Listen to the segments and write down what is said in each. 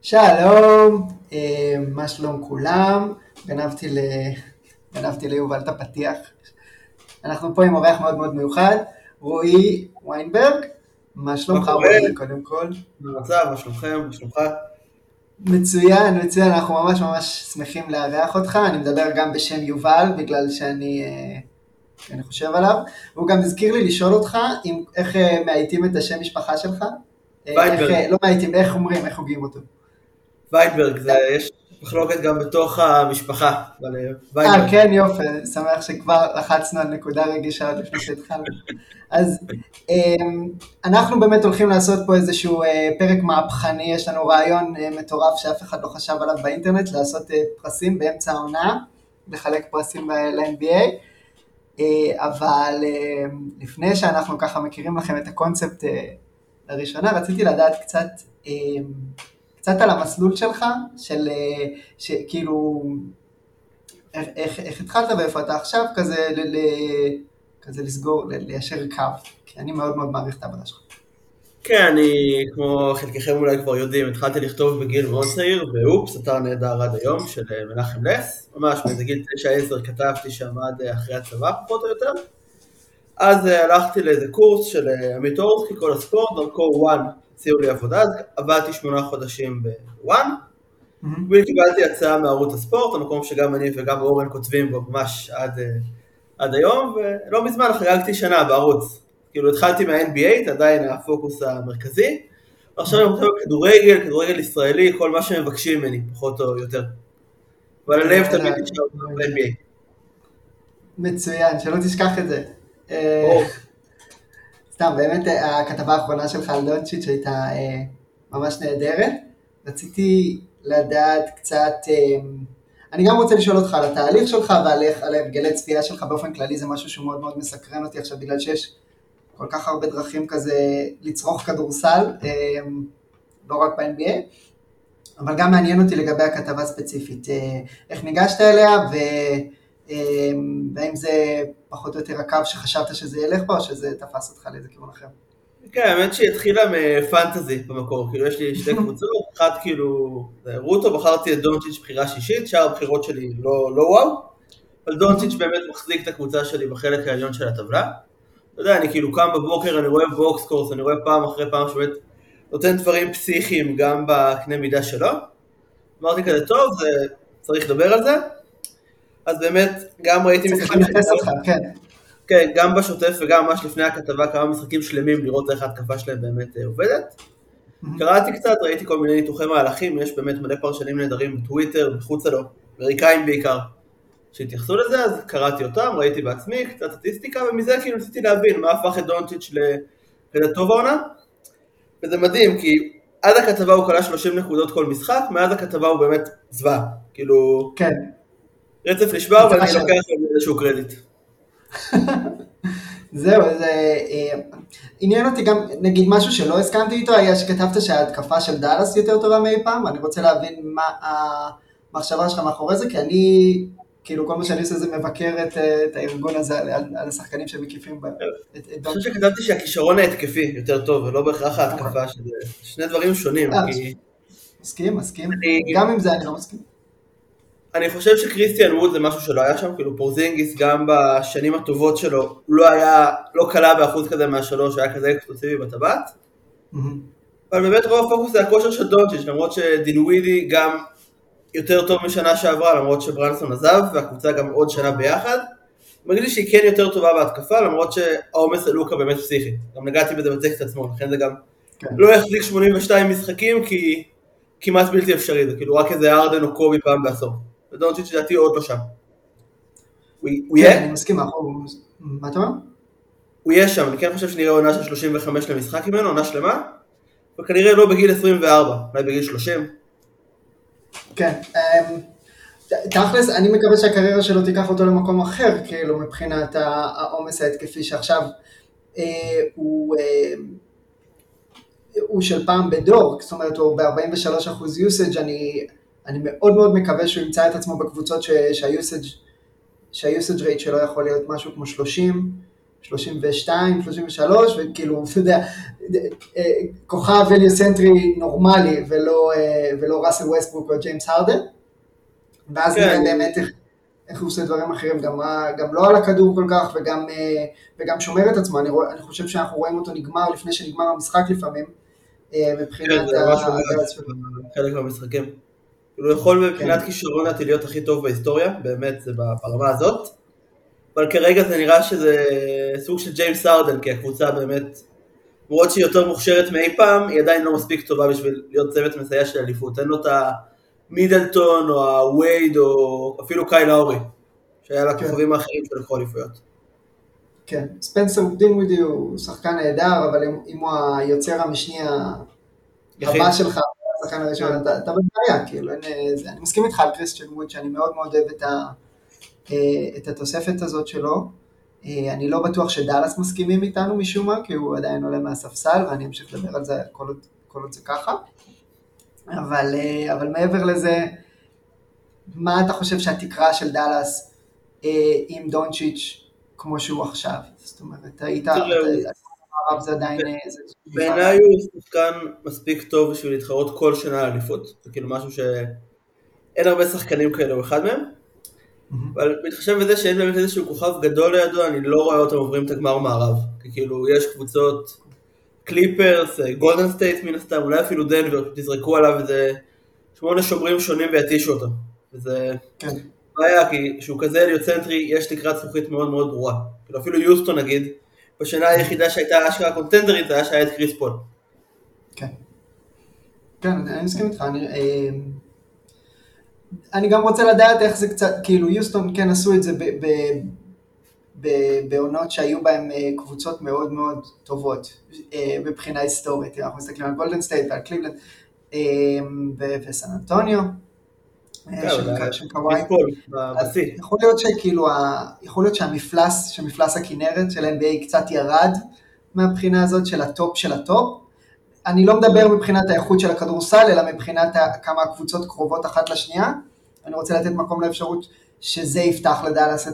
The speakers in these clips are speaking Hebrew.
שלום, מה שלום כולם? גנבתי ליובל את הפתיח. אנחנו פה עם אורח מאוד מאוד מיוחד, רועי ויינברג. מה שלומך רועי, קודם כל? מה המצב? מה שלומכם? מה שלומך? מצוין, מצוין, אנחנו ממש ממש שמחים לארח אותך. אני מדבר גם בשם יובל, בגלל שאני חושב עליו. והוא גם הזכיר לי לשאול אותך איך מאייתים את השם משפחה שלך. ויינברג. לא מאייתים, איך אומרים, איך הוגים אותו? ויינברג, יש מחלוקת גם בתוך המשפחה, אבל ויינברג. כן, יופי, שמח שכבר לחצנו על נקודה רגישה עוד לפני שהתחלנו. אז אנחנו באמת הולכים לעשות פה איזשהו פרק מהפכני, יש לנו רעיון מטורף שאף אחד לא חשב עליו באינטרנט, לעשות פרסים באמצע העונה, לחלק פרסים ל-NBA, אבל לפני שאנחנו ככה מכירים לכם את הקונספט לראשונה, רציתי לדעת קצת על המסלול שלך, כאילו, איך התחלת ואיפה אתה עכשיו, כזה לסגור, ליישר קו, כי אני מאוד מאוד מעריך את העבודה שלך. כן, אני, כמו חלקכם אולי כבר יודעים, התחלתי לכתוב בגיל מאוד צעיר, ואופס, אתר נהדר עד היום, של מנחם לס, ממש באיזה גיל 9-10 כתבתי שם עד אחרי הצבא, פחות או יותר. אז הלכתי לאיזה קורס של עמית אורסקי, כל הספורט, דרכו וואן, הציעו לי עבודה, אז עבדתי 8 חודשים בוואן, וקיבלתי הצעה מערוץ הספורט, המקום שגם אני וגם אורן כותבים בו ממש עד היום, ולא מזמן חגגתי שנה בערוץ. כאילו התחלתי מה-NBA, עדיין הפוקוס המרכזי, ועכשיו אני חושב כדורגל ישראלי, כל מה שמבקשים ממני, פחות או יותר. אבל הלב תמיד נשאר ב-NBA. מצוין, שלא תשכח את זה. סתם, באמת הכתבה האחרונה שלך על דונצ'יץ' הייתה ממש נהדרת. רציתי לדעת קצת, אני גם רוצה לשאול אותך על התהליך שלך ועל הרגלי צפייה שלך באופן כללי, זה משהו שהוא מאוד מאוד מסקרן אותי עכשיו, בגלל שיש כל כך הרבה דרכים כזה לצרוך כדורסל, לא רק ב-NBA, אבל גם מעניין אותי לגבי הכתבה הספציפית, איך ניגשת אליה, והאם זה פחות או יותר הקו שחשבת שזה ילך בה, או שזה תפס אותך לאיזה כיוון אחר? כן, האמת שהיא התחילה מפנטזי במקור, כאילו יש לי שתי קבוצות, אחת כאילו רוטו, בחרתי את דונצ'יץ' בחירה שישית, שאר הבחירות שלי לא וואו, אבל דונצ'יץ' באמת מחזיק את הקבוצה שלי בחלק העליון של הטבלה. אתה יודע, אני כאילו קם בבוקר, אני רואה בוקס קורס, אני רואה פעם אחרי פעם שבאמת נותן דברים פסיכיים גם בקנה מידה שלו. אמרתי כזה, טוב, צריך לדבר על זה. אז באמת, גם ראיתי משחקים כן, גם בשוטף וגם ממש לפני הכתבה, כמה משחקים שלמים לראות איך ההתקפה שלהם באמת עובדת. קראתי קצת, ראיתי כל מיני ניתוחי מהלכים, יש באמת מלא פרשנים נהדרים בטוויטר, בחוצה לו, אמריקאים בעיקר, שהתייחסו לזה, אז קראתי אותם, ראיתי בעצמי, קצת סטטיסטיקה, ומזה כאילו ניסיתי להבין מה הפך את דונצ'יץ' לכזה טוב העונה. וזה מדהים, כי עד הכתבה הוא קלה 30 נקודות כל משחק, מאז הכתבה הוא באמת זווה, כאילו... כן. רצף נשבר, ואני לוקח על איזשהו קרדיט. זהו, עניין אותי גם, נגיד משהו שלא הסכמתי איתו, היה שכתבת שההתקפה של דאלאס יותר טובה מאי פעם, אני רוצה להבין מה המחשבה שלך מאחורי זה, כי אני, כאילו כל מה שאני עושה זה מבקר את הארגון הזה על השחקנים שמקיפים בה. אני חושב שכתבתי שהכישרון ההתקפי יותר טוב, ולא בהכרח ההתקפה, שזה שני דברים שונים. מסכים, גם עם זה אני לא מסכים. אני חושב שקריסטיאן ווד זה משהו שלא היה שם, כאילו פורזינגיס גם בשנים הטובות שלו, לא קלה באחוז כזה מהשלוש, היה כזה אקסקלוסיבי בטבעת. אבל באמת רוב הפוקוס זה הכושר של דונצ'יץ', למרות שדינווידי גם יותר טוב משנה שעברה, למרות שבראנסון עזב, והקבוצה גם עוד שנה ביחד. מרגיש לי שהיא כן יותר טובה בהתקפה, למרות שהעומס ללוקה באמת פסיכי. גם נגעתי בזה בטקסט עצמו, לכן זה גם לא יחזיק 82 משחקים, כי כמעט בלתי אפשרי, זה כאילו רק איזה ארדן או קובי פעם בעשור. ודונצ'יץ' לדעתי עוד לא שם. הוא יהיה? אני מסכים, מה אתה אומר? הוא יהיה שם, אני כן חושב שנראה עונה של 35 למשחק ממנו, עונה שלמה, וכנראה לא בגיל 24, אולי בגיל 30. כן, תכלס, אני מקווה שהקריירה שלו תיקח אותו למקום אחר, כאילו מבחינת העומס ההתקפי שעכשיו הוא של פעם בדור, זאת אומרת הוא ב-43% usage, אני מאוד מאוד מקווה שהוא ימצא את עצמו בקבוצות שהיוסאג' רייט שלו יכול להיות משהו כמו 30, 32, 33, וכאילו, אתה יודע, כוכב אליוסנטרי נורמלי, ולא ראסל ווסטברוק או ג'יימס הרדן, ואז נראה באמת איך הוא עושה דברים אחרים, גם לא על הכדור כל כך, וגם שומר את עצמו. אני חושב שאנחנו רואים אותו נגמר לפני שנגמר המשחק לפעמים, מבחינת חלק מהמשחקים. הוא יכול מבחינת כישרון להיות הכי טוב בהיסטוריה, באמת זה ברמה הזאת, אבל כרגע זה נראה שזה סוג של ג'יימס הרדן, כי הקבוצה באמת, למרות שהיא יותר מוכשרת מאי פעם, היא עדיין לא מספיק טובה בשביל להיות צוות מסייע של אליפות. אין לו את המידלטון או הווייד או אפילו קייל לאורי, שהיה לכוכבים האחרים של לקחו אליפויות. כן, ספנסר דינווידי הוא שחקן נהדר, אבל אם הוא היוצר המשני הבא שלך, השחקן הראשון, אתה בבעיה, כאילו, אני מסכים איתך על קריסטיאן ווד, שאני מאוד מאוד אוהב את התוספת הזאת שלו. אני לא בטוח שדלס מסכימים איתנו משום מה, כי הוא עדיין עולה מהספסל, ואני אמשיך לדבר על זה כל עוד זה ככה. אבל מעבר לזה, מה אתה חושב שהתקרה של דלס עם דונצ'יץ' כמו שהוא עכשיו? זאת אומרת, הרב זה עדיין... בעיניי הוא שחקן מספיק טוב בשביל להתחרות כל שנה על אליפות. זה כאילו משהו שאין הרבה שחקנים כאלה, הוא אחד מהם. אבל מתחשב בזה שאין באמת איזשהו כוכב גדול לידו, אני לא רואה אותם עוברים את הגמר מערב. כי כאילו יש קבוצות קליפרס, גולדן סטייט מן הסתם, אולי אפילו דנבר, תזרקו עליו איזה 8 שומרים שונים ויתישו אותם. וזה בעיה, כי שהוא כזה אליוצנטרי, יש תקרת זכוכית מאוד מאוד ברורה. כאילו אפילו יוסטון נגיד, בשנה היחידה שהייתה אשכרה קונטנדרית, זה היה שהיה את קריס פול. כן. כן, אני מסכים איתך. אני גם רוצה לדעת איך זה קצת, כאילו יוסטון כן עשו את זה בעונות שהיו בהם קבוצות מאוד מאוד טובות מבחינה היסטורית. אנחנו מסתכלים על גולדן סטייט ועל קליבלנד וסן אנטוניו. יכול להיות שכאילו, יכול להיות שמפלס הכינרת של NBA קצת ירד מהבחינה הזאת של הטופ של הטופ. אני לא מדבר מבחינת האיכות של הכדורסל, אלא מבחינת כמה הקבוצות קרובות אחת לשנייה. אני רוצה לתת מקום לאפשרות שזה יפתח לדלס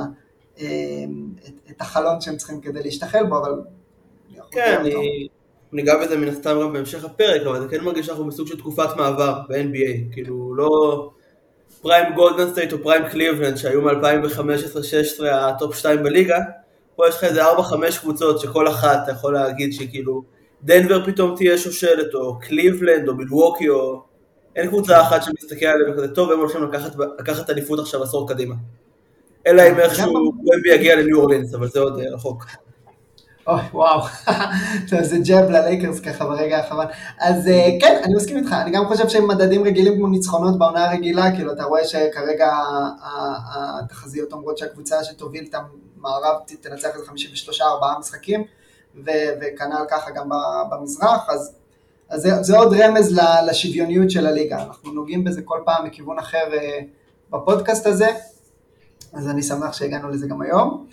את החלון שהם צריכים כדי להשתחל בו, אבל... כן, אני ניגע בזה מן הסתם גם בהמשך הפרק, אבל זה כן מרגיש שאנחנו בסוג של תקופת מעבר ב-NBA, כאילו לא פריים גולדן סטייט או פריים קליבלנד, שהיו מ-2015-16 הטופ 2 בליגה, פה יש לך איזה 4-5 קבוצות שכל אחת אתה יכול להגיד שכאילו דנבר פתאום תהיה שושלת, או קליבלנד, או מילווקי, או... אין קבוצה אחת שמסתכל עליהם וכזה טוב, הם הולכים לקחת אליפות עכשיו עשור קדימה. אלא אם איכשהו ומבי יגיע לניו אורלינס, אבל זה עוד רחוק. אוי, וואו, זה ג'אב ללייקרס ככה ברגע האחרון. אז כן, אני מסכים איתך, אני גם חושב שהם מדדים רגילים כמו ניצחונות בעונה הרגילה, כאילו אתה רואה שכרגע התחזיות אומרות שהקבוצה שתוביל את המערב תנצח איזה 53-4 משחקים, וכנ"ל ככה גם במזרח, אז זה עוד רמז לשוויוניות של הליגה, אנחנו נוגעים בזה כל פעם מכיוון אחר בפודקאסט הזה, אז אני שמח שהגענו לזה גם היום.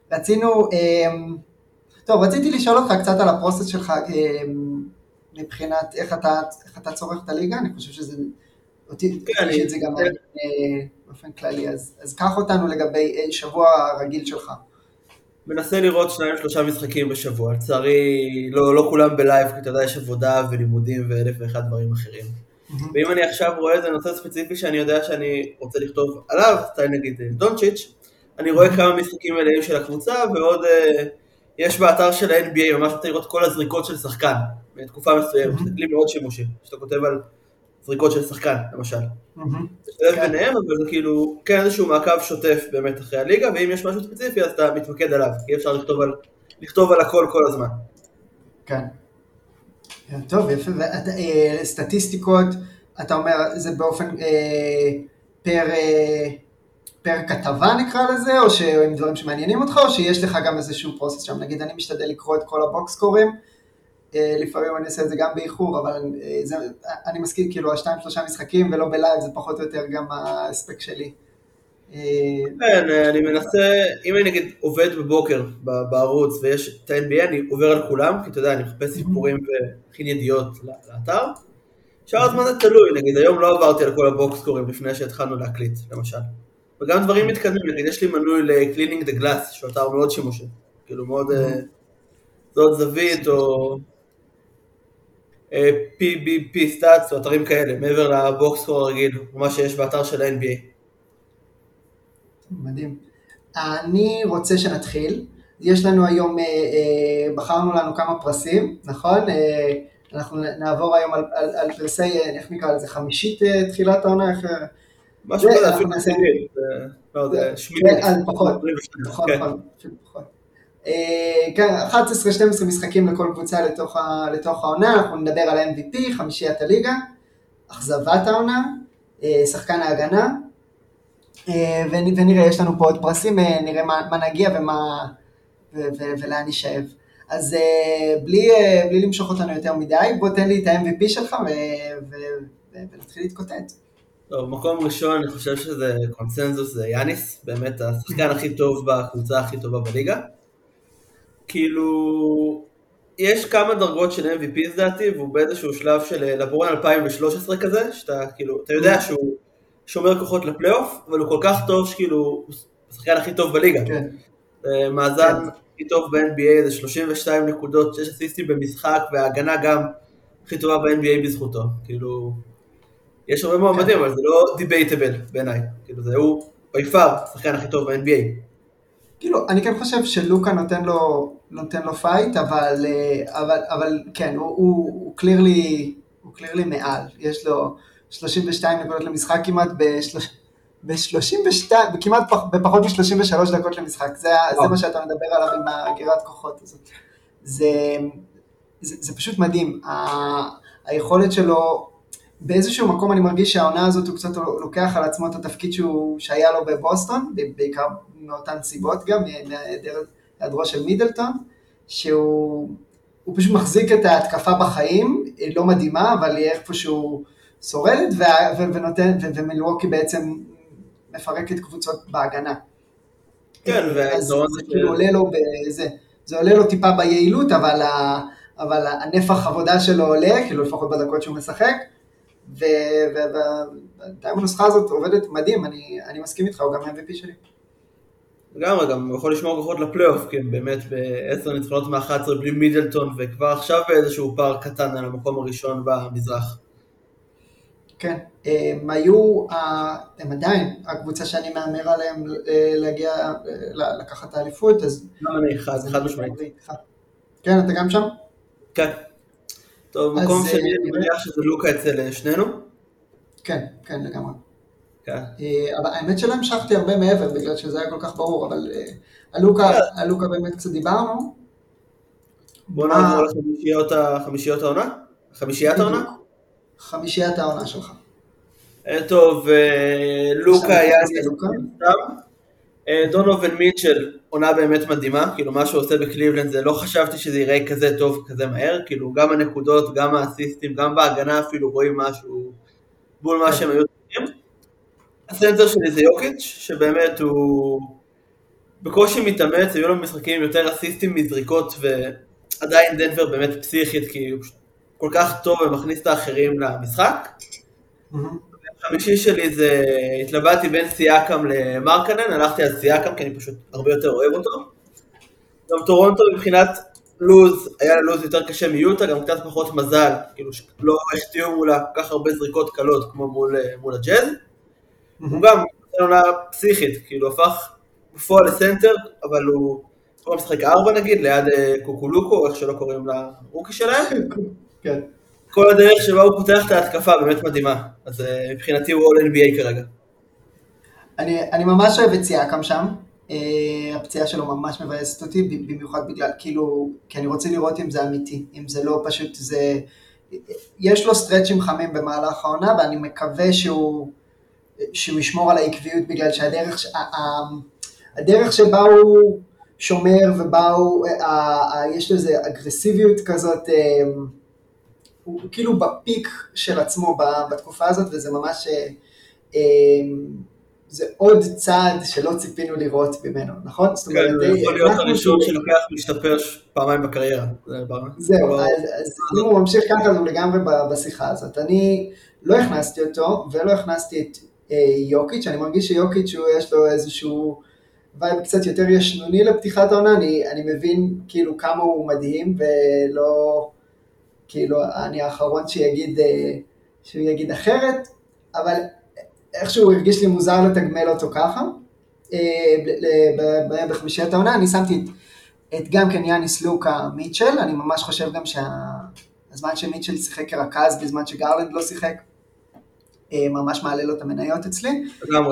רציתי לשאול אותך קצת על הפרוסס שלך, מבחינת איך אתה צורך את הליגה, אני חושב שזה, אותי תקשיב את זה גם באופן כללי, אז קח אותנו לגבי שבוע הרגיל שלך. מנסה לראות 2-3 משחקים בשבוע, לצערי לא כולם בלייב, כי אתה יודע יש עבודה ולימודים ואלף ואחד דברים אחרים. ואם אני עכשיו רואה איזה נושא ספציפי שאני יודע שאני רוצה לכתוב עליו, סטייל נגיד דונצ'יץ', אני רואה כמה משחקים מלאים של הקבוצה, ועוד יש באתר של ה-NBA, ממש אתה לראות כל הזריקות של שחקן, בתקופה מסוימת, זה כלי מאוד שימושי, שאתה כותב על זריקות של שחקן, למשל. זה שתלב ביניהם, אבל זה כאילו, כן איזשהו מעקב שוטף באמת אחרי הליגה, ואם יש משהו ספציפי, אז אתה מתמקד עליו, כי אפשר לכתוב על הכל כל הזמן. כן. טוב, יפה, סטטיסטיקות, אתה אומר, זה באופן פר כתבה נקרא לזה, או שהם דברים שמעניינים אותך, או שיש לך גם איזשהו פרוסס שם, נגיד אני משתדל לקרוא את כל הבוקסקורים, לפעמים אני אעשה את זה גם באיחור, אבל אני מסכים כאילו 2-3 משחקים ולא בלייב, זה פחות או יותר גם האספק שלי. כן, אני מנסה, אם אני נגיד עובד בבוקר בערוץ ויש את ה-NBA, אני עובר על כולם, כי אתה יודע, אני מחפש סיפורים והכין ידיעות לאתר. שאר הזמן זה תלוי, נגיד היום לא עברתי על כל הבוקסקורים לפני שהתחלנו להקליט, למשל. וגם דברים מתקדמים, נגיד יש לי מנוי ל-Cleaning the Glass, שהוא אתר מאוד שימושי. כאילו מאוד זאת זווית או PBP סטאטס או אתרים כאלה, מעבר לבוקסקור הרגיל, מה שיש באתר של ה-NBA. מדהים. אני רוצה שנתחיל. יש לנו היום, בחרנו לנו כמה פרסים, נכון? אנחנו נעבור היום על פרסי, איך נקרא לזה, חמישית תחילת העונה, איך... משהו כזה, אפילו שמינית, לא יודע, שמינית. פחות, פחות. כן, 11-12 משחקים לכל קבוצה לתוך העונה, אנחנו נדבר על ה-MVP, חמישיית הליגה, אכזבת העונה, שחקן ההגנה, ונראה, יש לנו פה עוד פרסים, נראה מה נגיע ולאן נשאב. אז בלי למשוך אותנו יותר מדי, בוא תן לי את ה-MVP שלך ונתחיל להתקוטט. טוב, מקום ראשון אני חושב שזה קונסנזוס, זה יאניס, באמת השחקן הכי טוב בקבוצה הכי טובה בליגה. כאילו, יש כמה דרגות של MVP לדעתי, והוא באיזשהו שלב של לברון 2013 כזה, שאתה כאילו, אתה יודע שהוא שומר כוחות לפלייאוף, אבל הוא כל כך טוב שכאילו, הוא השחקן הכי טוב בליגה. כן. מאזן הכי טוב ב-NBA, זה 32 נקודות, 6 אסיסטים במשחק, וההגנה גם הכי טובה ב-NBA בזכותו. כאילו, יש הרבה מועמדים, אבל זה לא דיבייטבל בעיניי. כאילו, זה הוא ביפר, השחקן הכי טוב ב-NBA. כאילו, אני כן חושב שלוקה נותן לו פייט, אבל כן, הוא קלירלי מעל. יש לו 32 נקודות למשחק כמעט ב-32, כמעט בפחות מ-33 דקות למשחק. זה מה שאתה מדבר עליו עם הגירת כוחות הזאת. זה פשוט מדהים. היכולת שלו, באיזשהו מקום אני מרגיש שהעונה הזאת הוא קצת לוקח על עצמו את התפקיד שהיה לו בבוסטון, בעיקר מאותן סיבות גם, מהיעדרו של מידלטון, שהוא פשוט מחזיק את ההתקפה בחיים, לא מדהימה, אבל היא איפשהו שורדת, ומילווקי בעצם מפרקת קבוצות בהגנה. כן, אז זה עולה לו טיפה ביעילות, אבל הנפח עבודה שלו עולה, כאילו לפחות בדקות שהוא משחק, והנוסחה הזאת עובדת מדהים, אני מסכים איתך, הוא גם MVP שלי. גם הוא יכול לשמור כוחות לפלייאוף, כי הם באמת ב-10 ניצחונות מ-11 בלי מידלטון, וכבר עכשיו באיזשהו פער קטן על המקום הראשון במזרח. כן, הם עדיין הקבוצה שאני מאמר עליהם להגיע, לקחת את האליפות, אז... גם אני חד משמעית. כן, אתה גם שם? כן. טוב, מקום שני, אני מניח שזה לוקה אצל שנינו? כן, כן, לגמרי. כן. אבל האמת שלא המשכתי הרבה מעבר, בגלל שזה היה כל כך ברור, אבל הלוקה באמת קצת דיברנו. בוא נעבור לחמישיות העונה? חמישיית העונה? חמישיית העונה שלך. טוב, לוקה היה דונובין מיטשל, עונה באמת מדהימה, כאילו מה שהוא עושה בקליבלנד זה לא חשבתי שזה ייראה כזה טוב, כזה מהר, כאילו גם הנקודות, גם האסיסטים, גם בהגנה אפילו רואים משהו בול מה שהם היו צריכים. הסנטר שלי זה יוקיץ', שבאמת הוא בקושי מתאמץ, היו לו משחקים עם יותר אסיסטים מזריקות, ועדיין דנבר באמת פסיכית, כי הוא כל כך טוב ומכניס את האחרים למשחק. החמישי שלי זה, התלבטתי בין סייקם למרקנן, הלכתי על סייקם כי אני פשוט הרבה יותר אוהב אותו. גם טורונטו מבחינת לוז, היה לה לוז יותר קשה מיוטה, גם קצת פחות מזל, כאילו שלא החטיאו מולה כל כך הרבה זריקות קלות כמו מול הג'אז. הוא גם עונה פסיכית, כאילו הפך בפועל לסנטר, אבל הוא כבר משחק 4 נגיד, ליד קוקולוקו, איך שלא קוראים לרוקי שלהם. כן. כל הדרך שבה הוא פותח את ההתקפה באמת מדהימה, אז מבחינתי הוא All NBA כרגע. אני ממש אוהב את סייקם שם, הפציעה שלו ממש מבאסת אותי, במיוחד בגלל, כאילו, כי אני רוצה לראות אם זה אמיתי, אם זה לא פשוט, יש לו סטרצ'ים חמים במהלך העונה, ואני מקווה שהוא ישמור על העקביות, בגלל שהדרך שבה הוא שומר, ובה יש לו איזו אגרסיביות כזאת, הוא כאילו בפיק של עצמו בתקופה הזאת, וזה ממש, זה עוד צעד שלא ציפינו לראות ממנו, נכון? כן, זה יכול להיות הראשון שלוקח להשתפר פעמיים בקריירה. זהו, אז אם הוא ממשיך ככה, אז הוא לגמרי בשיחה הזאת. אני לא הכנסתי אותו, ולא הכנסתי את יוקיץ', אני מרגיש שיוקיץ' יש לו איזשהו וייב קצת יותר ישנוני לפתיחת העונה, אני מבין כאילו כמה הוא מדהים, ולא, כאילו, אני האחרון שהוא יגיד אחרת, אבל איכשהו הרגיש לי מוזר לתגמל אותו ככה. בחמישיית העונה אני שמתי את גם כן יאניס לוקה מיטשל, אני ממש חושב גם שהזמן שמיטשל שיחק כרכז בזמן שגרלנד לא שיחק, ממש מעלה לו את המניות אצלי.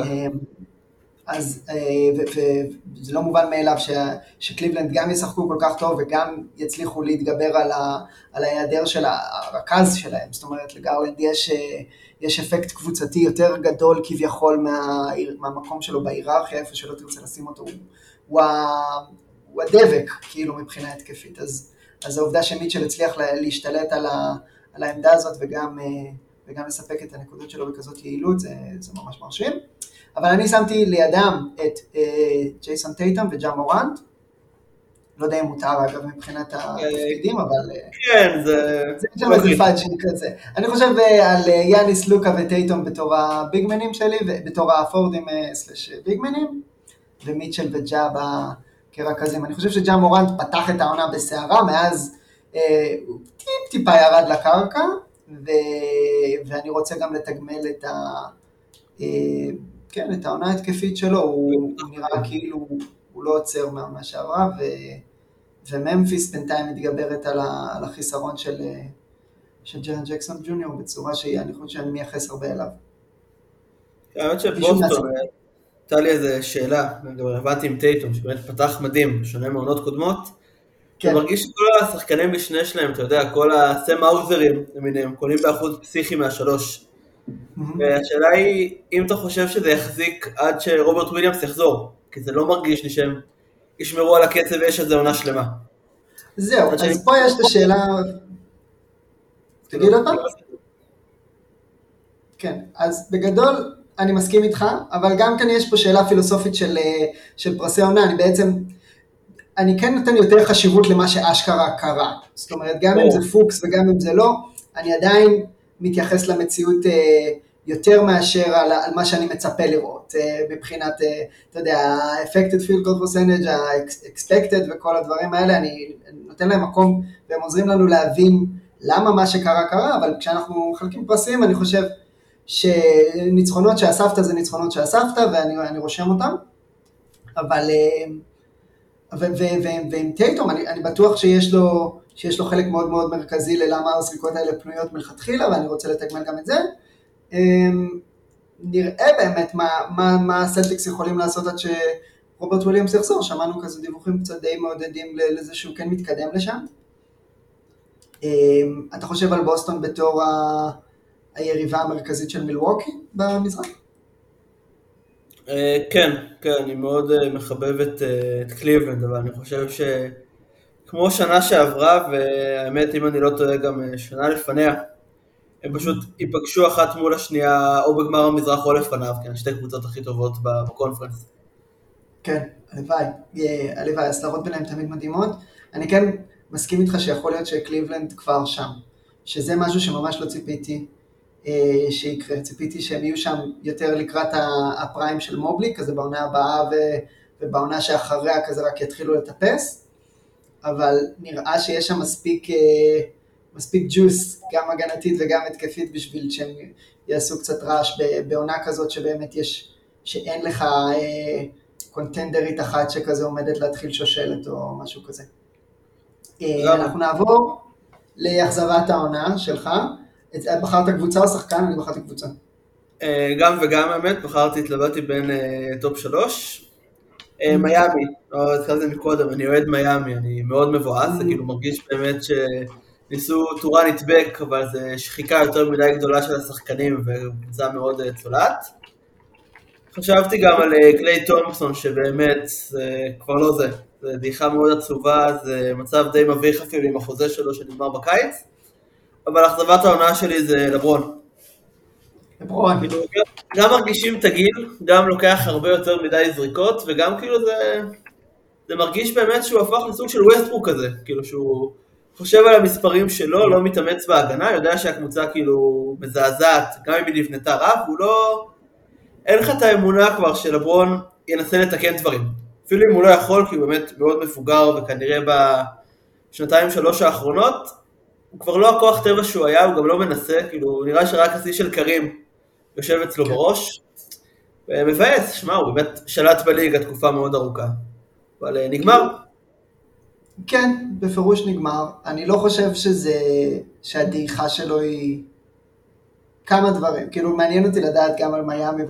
אז זה לא מובן מאליו שקליבלנד גם ישחקו כל כך טוב וגם יצליחו להתגבר על ההיעדר של הרכז שלהם. זאת אומרת, לגרלנד יש אפקט קבוצתי יותר גדול כביכול מהמקום שלו בהיררכיה, איפה שלא תרצה לשים אותו, הוא הדבק כאילו מבחינה התקפית. אז העובדה שמיטשל הצליח להשתלט על העמדה הזאת וגם לספק את הנקודות שלו בכזאת יעילות, זה ממש מרשים. אבל אני שמתי לידם את ג'ייסון טייטם וג'ה מורנט, לא יודע אם מותר אגב מבחינת התפקידים, אבל כן, זה שם איזה פאג'ים כזה. אני חושב על יאניס לוקה וטייטום בתור הביגמנים שלי, בתור הפורדים סלש ביגמנים, ומיטשל וג'ה כרכזים. אני חושב שג'ה מורנט פתח את העונה בסערה, מאז הוא טיפה ירד לקרקע, ואני רוצה גם לתגמל את העונה התקפית שלו, הוא נראה כאילו הוא לא עוצר מהעונה שעברה, וממפיס בינתיים מתגברת על החיסרון של ג'רן ג'קסון ג'וניור, בצורה אני חושב שאני מייחס הרבה אליו. האמת שבוסטון, הייתה לי איזו שאלה, הבנתי עם טייטום, שבאמת פתח מדהים, שונה מעונות קודמות, אני מרגיש שכל השחקנים משנה שלהם, אתה יודע, כל הסם האוזרים למיניהם, קולים באחוז פסיכי מהשלוש, והשאלה היא, אם אתה חושב שזה יחזיק עד שרוברט וויליאמס יחזור, כי זה לא מרגיש לי שהם ישמרו על הקצב ויש איזו עונה שלמה. זהו, אז פה יש את השאלה, תגיד אותה? כן, אז בגדול אני מסכים איתך, אבל גם כאן יש פה שאלה פילוסופית של פרסי עונה, אני כן נותן יותר חשיבות למה שאשכרה קרה, זאת אומרת, גם אם זה פוקס וגם אם זה לא, אני עדיין מתייחס למציאות יותר מאשר על מה שאני מצפה לראות, מבחינת, אתה יודע, ה-Effected Field Goal Percentage, ה-Expected וכל הדברים האלה, אני נותן להם מקום, והם עוזרים לנו להבין למה מה שקרה קרה, אבל כשאנחנו מחלקים פרסים, אני חושב שניצחונות שאספת זה ניצחונות שאספת, ואני רושם אותם, אבל, ועם טייטום, אני בטוח שיש לו חלק מאוד מאוד מרכזי ללמה הזריקות האלה פנויות מלכתחילה, ואני רוצה לתגמל גם את זה. נראה באמת מה הסלטיקס יכולים לעשות עד שרוברט וויליאמס יחזור, שמענו כזה דיווחים קצת די מעודדים לזה שהוא כן מתקדם לשם. אתה חושב על בוסטון בתור היריבה המרכזית של מילווקי במזרח? כן, אני מאוד מחבב את קליבלנד, אבל אני חושב שכמו שנה שעברה, והאמת אם אני לא טועה גם שנה לפניה, הם פשוט ייפגשו אחת מול השנייה, או בגמר המזרח או לפניו, כן, שתי קבוצות הכי טובות בקונפרנס. כן, הלוואי, הסדרות ביניהם תמיד מדהימות. אני כן מסכים איתך שיכול להיות שקליבלנד כבר שם, שזה משהו שממש לא ציפיתי שיקרה, ציפיתי שהם יהיו שם יותר לקראת הפריים של מובלי, כזה בעונה הבאה ובעונה שאחריה כזה רק יתחילו לטפס, אבל נראה שיש שם מספיק ג'וס, גם הגנתית וגם התקפית, בשביל שהם יעשו קצת רעש בעונה כזאת שבאמת שאין לך קונטנדרית אחת שכזה עומדת להתחיל שושלת או משהו כזה. אנחנו נעבור לאכזבת העונה שלך. בחרת קבוצה או שחקן? אני בחרתי קבוצה. גם וגם האמת, התלבטתי בין טופ 3. מיאמי, התחלתי מקודם, אני אוהד מיאמי, אני מאוד מבואס, זה כאילו מרגיש באמת שניסו טורה נטבק, אבל זה שחיקה יותר מדי גדולה של השחקנים, וקבוצה מאוד צולעת. חשבתי גם על קליי תומפסון, שבאמת כבר לא זה דעיכה מאוד עצובה, זה מצב די מביך אפילו עם החוזה שלו שנגמר בקיץ, אבל אכזבת העונה שלי זה לברון. גם מרגישים את הגיל, גם לוקח הרבה יותר מדי זריקות, וגם כאילו זה מרגיש באמת שהוא הפך לסוג של ווסטברוק כזה, כאילו שהוא חושב על המספרים שלו, לא מתאמץ בהגנה, יודע שהקבוצה כאילו מזעזעת, גם אם היא נבנתה רב, הוא לא, אין לך את האמונה כבר שלברון ינסה לתקן דברים. אפילו אם הוא לא יכול, כי הוא באמת מאוד מבוגר, וכנראה בשנתיים שלוש האחרונות, הוא כבר לא הכוח טבע שהוא היה, הוא גם לא מנסה, כאילו, נראה שרק השיא של קרים יושב אצלו בראש, ומבאס, שמע, הוא באמת שלט בליגה תקופה מאוד ארוכה, אבל נגמר. כן, בפירוש נגמר. אני לא חושב שהדעיכה שלו היא כמה דברים, כאילו מעניין אותי לדעת גם על מיאמי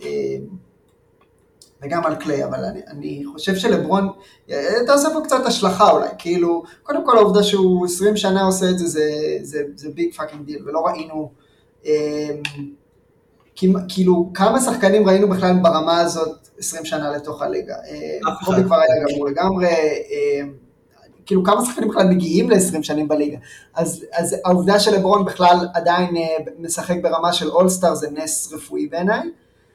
וגם על קליי, אבל אני חושב שלברון, אתה עושה פה קצת השלכה אולי, כאילו, קודם כל העובדה שהוא 20 שנה עושה את זה, זה ביג פאקינג דיל, ולא ראינו, כאילו, כמה שחקנים ראינו בכלל ברמה הזאת 20 שנה לתוך הליגה, קובי כבר היה גמור לגמרי, כאילו כמה שחקנים בכלל מגיעים ל-20 שנים בליגה, אז העובדה שלברון בכלל עדיין משחק ברמה של אולסטאר, זה נס רפואי בעיניי,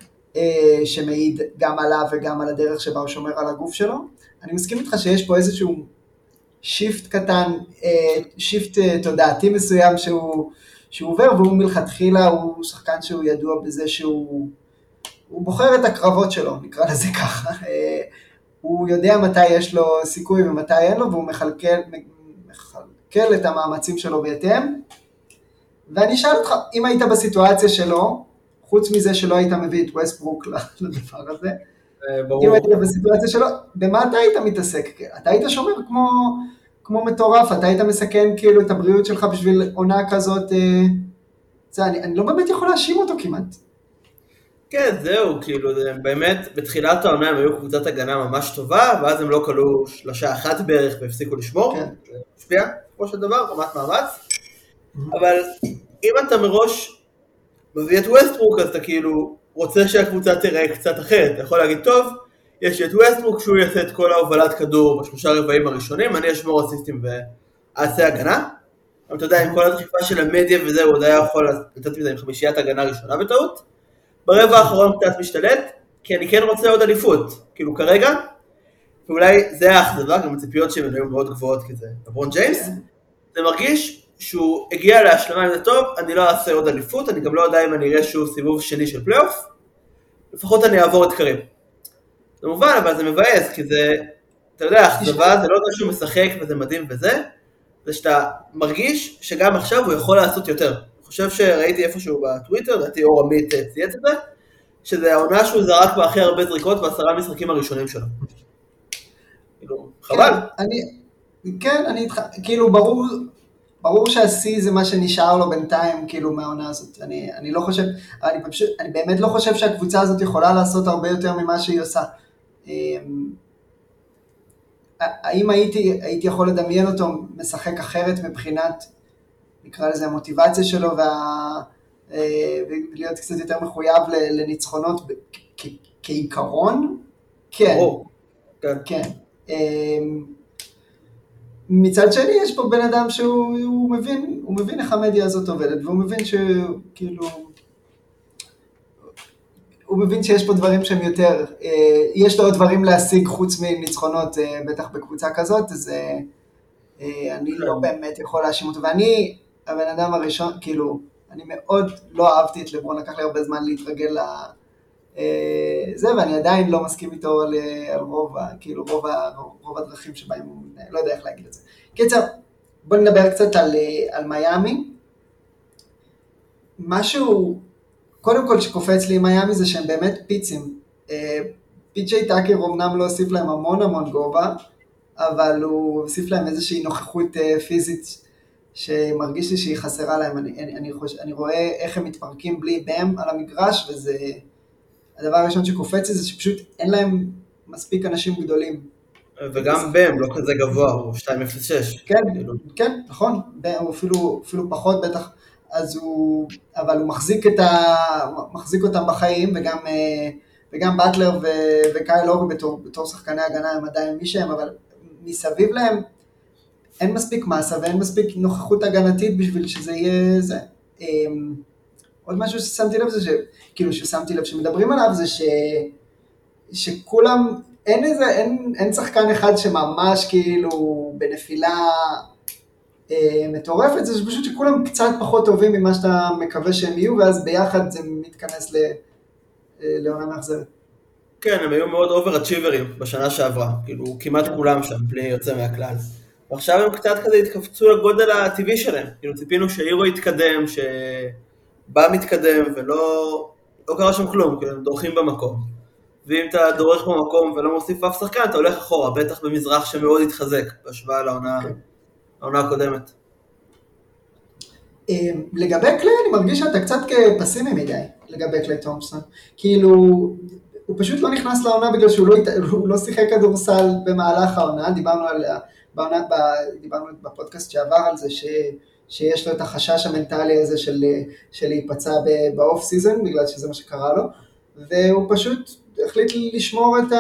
שמעיד גם עליו וגם על הדרך שבה הוא שומר על הגוף שלו. אני מסכים איתך שיש פה איזשהו שיפט קטן, שיפט תודעתי מסוים שהוא עובר, והוא מלכתחילה, הוא שחקן שהוא ידוע בזה שהוא בוחר את הקרבות שלו, נקרא לזה ככה. הוא יודע מתי יש לו סיכוי ומתי אין לו, והוא מחלקל את המאמצים שלו בהתאם. ואני אשאל אותך, אם היית בסיטואציה שלו, חוץ מזה שלא היית מביא את ווסטברוק לדבר הזה, אם היית בסיטואציה שלו, במה אתה היית מתעסק? אתה היית שומר כמו מטורף, אתה היית מסכן כאילו את הבריאות שלך בשביל עונה כזאת, אני לא באמת יכול להאשים אותו כמעט. כן, זהו, כאילו, באמת, בתחילת העונה הם היו קבוצת הגנה ממש טובה, ואז הם לא קלו 3-1 בערך והפסיקו לשמור, זה משפיע, כמו של דבר, רמת מאמץ, אבל אם אתה מראש מביא את ווסטברוק, אז אתה כאילו רוצה שהקבוצה תראה קצת אחרת, אתה יכול להגיד, טוב, יש את ווסטברוק שהוא יעשה את כל ההובלת כדור בשלושה רבעים הראשונים, אני אשמור אסיסטים ואעשה הגנה, אבל אתה יודע, עם כל הדחיפה של המדיה וזה, הוא עוד היה יכול לתת מזה עם חמישיית הגנה ראשונה בטעות, ברבע האחרון קצת משתלט, כי אני כן רוצה עוד אליפות, כאילו כרגע, ואולי זה האכזבה, גם הציפיות שהן היו מאוד גבוהות כזה, לברון ג'יימס, זה מרגיש שהוא הגיע להשלמה עם זה טוב, אני לא אעשה עוד אליפות, אני גם לא יודע אם אני אראה שהוא סיבוב שני של פלייאוף, לפחות אני אעבור את קרים. זה מובן, אבל זה מבאס, כי זה, אתה יודע, האכזבה זה לא יודע שהוא משחק וזה מדהים וזה, זה שאתה מרגיש שגם עכשיו הוא יכול לעשות יותר. אני חושב שראיתי איפשהו בטוויטר, ראיתי אור עמית צייץ את זה, שזה העונה שהוא זרק בהכי הרבה זריקות ב10 משחקים הראשונים שלו. כאילו, חבל. כן, כאילו ברור שהשיא זה מה שנשאר לו בינתיים, כאילו מהעונה הזאת. אני לא חושב, אני באמת לא חושב שהקבוצה הזאת יכולה לעשות הרבה יותר ממה שהיא עושה. האם הייתי יכול לדמיין אותו משחק אחרת מבחינת, נקרא לזה המוטיבציה שלו, ולהיות קצת יותר מחויב לניצחונות כעיקרון? כן. כן. מצד שני יש פה בן אדם שהוא מבין איך המדיה הזאת עובדת, והוא מבין שכאילו, הוא מבין שיש פה דברים שהם יותר, יש לו עוד דברים להשיג חוץ מניצחונות, בטח בקבוצה כזאת, אז אני לא באמת יכול להאשים אותו, ואני הבן אדם הראשון, כאילו, אני מאוד לא אהבתי את לברון, לקח לי הרבה זמן להתרגל לזה, ואני עדיין לא מסכים איתו על רוב, כאילו רוב הדרכים שבהם הוא, לא יודע איך להגיד את זה. קיצר, בוא נדבר קצת על מיאמי. משהו, קודם כל שקופץ לי עם מיאמי זה שהם באמת פיצים. פי.ג'יי טאקר אומנם לא הוסיף להם המון גובה, אבל הוא הוסיף להם איזושהי נוכחות פיזית שמרגיש לי שהיא חסרה להם. אני רואה איך הם מתפרקים בלי בם על המגרש, וזה הדבר הראשון שקופץ לי זה שפשוט אין להם מספיק אנשים גדולים. וגם בם לא כזה גבוה, הוא 2.06. כן, נכון, הוא אפילו פחות בטח, אבל הוא מחזיק אותם בחיים, וגם באטלר וקייל אורי בתור שחקני הגנה הם עדיין מי שהם, אבל מסביב להם אין מספיק מסה ואין מספיק נוכחות הגנתית בשביל שזה יהיה זה. עוד משהו ששמתי לב זה שמדברים עליו זה שכולם, אין שחקן אחד שממש כאילו בנפילה מטורפת, זה פשוט שכולם קצת פחות טובים ממה שאתה מקווה שהם יהיו, ואז ביחד זה מתכנס לעונה מאכזבת. כן, הם היו מאוד אובר-אצ'יברים בשנה שעברה, כאילו כמעט כולם שם, בלי יוצא מהכלל. ועכשיו הם קצת כזה התכווצו לגודל הטבעי שלהם, כאילו ציפינו שהירו יתקדם, שבא מתקדם, לא קרה שם כלום, כאילו הם דורכים במקום. ואם אתה דורך במקום ולא מוסיף אף שחקן, אתה הולך אחורה, בטח במזרח שמאוד התחזק, בהשוואה לעונה הקודמת. לגבי קליי אני מרגיש שאתה קצת פסימי מדי לגבי קליי תומפסון, כאילו הוא פשוט לא נכנס לעונה בגלל שהוא לא שיחק כדורסל במהלך העונה, דיברנו בפודקאסט שעבר על זה שיש לו את החשש המנטלי הזה של להיפצע באוף סיזון, בגלל שזה מה שקרה לו, והוא פשוט החליט לשמור את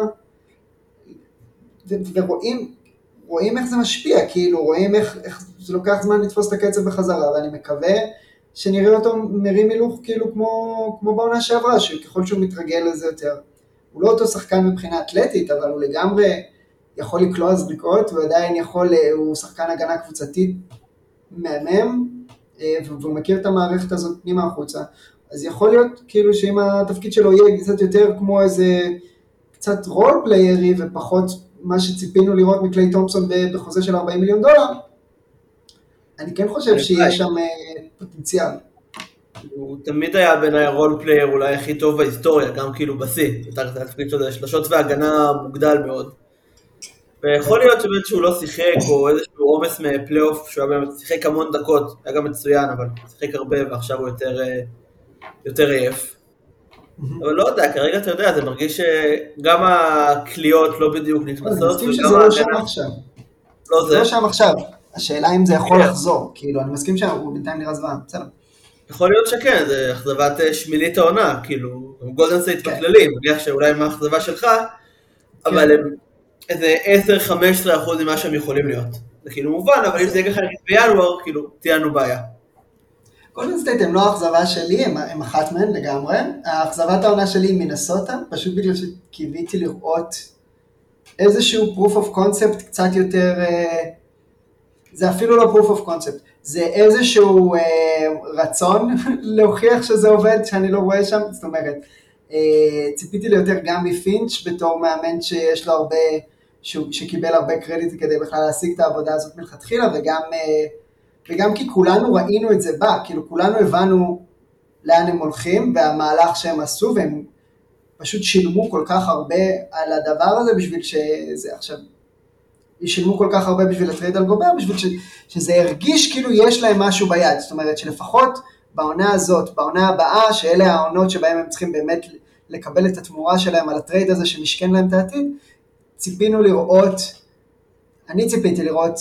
ורואים איך זה משפיע, כאילו רואים איך זה לוקח זמן לתפוס את הקצב בחזרה, ואני מקווה שנראה אותו מרים הילוך כאילו כמו בעונה שעברה, שככל שהוא מתרגל לזה יותר. הוא לא אותו שחקן מבחינה אתלטית, אבל הוא לגמרי יכול לקלוע זריקות, ועדיין הוא שחקן הגנה קבוצתית מהמם, והוא מכיר את המערכת הזאת פנימה החוצה. אז יכול להיות כאילו שאם התפקיד שלו יהיה קצת יותר כמו איזה קצת רול פליירי, ופחות מה שציפינו לראות מקליי תומפסון בחוזה של $40 מיליון, אני כן חושב שיש שם פוטנציאל. הוא תמיד היה בעיניי הרול פלייר אולי הכי טוב בהיסטוריה, גם כאילו בשיא, זה התפקיד שלו, שלשות והגנה מוגדל מאוד. ויכול להיות שבאמת שהוא לא שיחק, או איזשהו עומס מפלייאוף, שהוא היה באמת שיחק המון דקות, היה גם מצוין, אבל שיחק הרבה ועכשיו הוא יותר עייף. אבל לא יודע, כרגע אתה יודע, זה מרגיש שגם הקליות לא בדיוק נכנסות. אני מסכים שזה לא שם עכשיו. זה לא שם עכשיו. השאלה אם זה יכול לחזור, כאילו, אני מסכים שהוא בינתיים נראה זוועה, בסדר. יכול להיות שכן, זה אכזבת שמינית העונה, כאילו, גולדן סטייט בכללי, מניח שאולי מה האכזבה שלך, אבל הם איזה 10-15% ממה שהם יכולים להיות. זה כאילו מובן, אבל אם זה יהיה ככה בינואר, כאילו, תהיה לנו בעיה. גולדן סטייט הם לא האכזבה שלי, הם אחת מהן לגמרי. האכזבת העונה שלי היא מינסוטה, פשוט בגלל שקיוויתי לראות איזשהו proof of concept קצת יותר, זה אפילו לא proof of concept, זה איזשהו רצון להוכיח שזה עובד, שאני לא רואה שם, זאת אומרת, ציפיתי ליותר גם מפינץ' בתור מאמן שיש לו הרבה, שקיבל הרבה קרדיט כדי בכלל להשיג את העבודה הזאת מלכתחילה, וגם כי כולנו ראינו את זה בה, כאילו כולנו הבנו לאן הם הולכים, והמהלך שהם עשו, והם פשוט שילמו כל כך הרבה על הדבר הזה, בשביל שזה עכשיו, שילמו כל כך הרבה בשביל הטרייד על גובר, בשביל שזה הרגיש כאילו יש להם משהו ביד, זאת אומרת שלפחות בעונה הזאת, בעונה הבאה, שאלה העונות שבהם הם צריכים באמת לקבל את התמורה שלהם על הטרייד הזה שמשכן להם את העתיד, אני ציפיתי לראות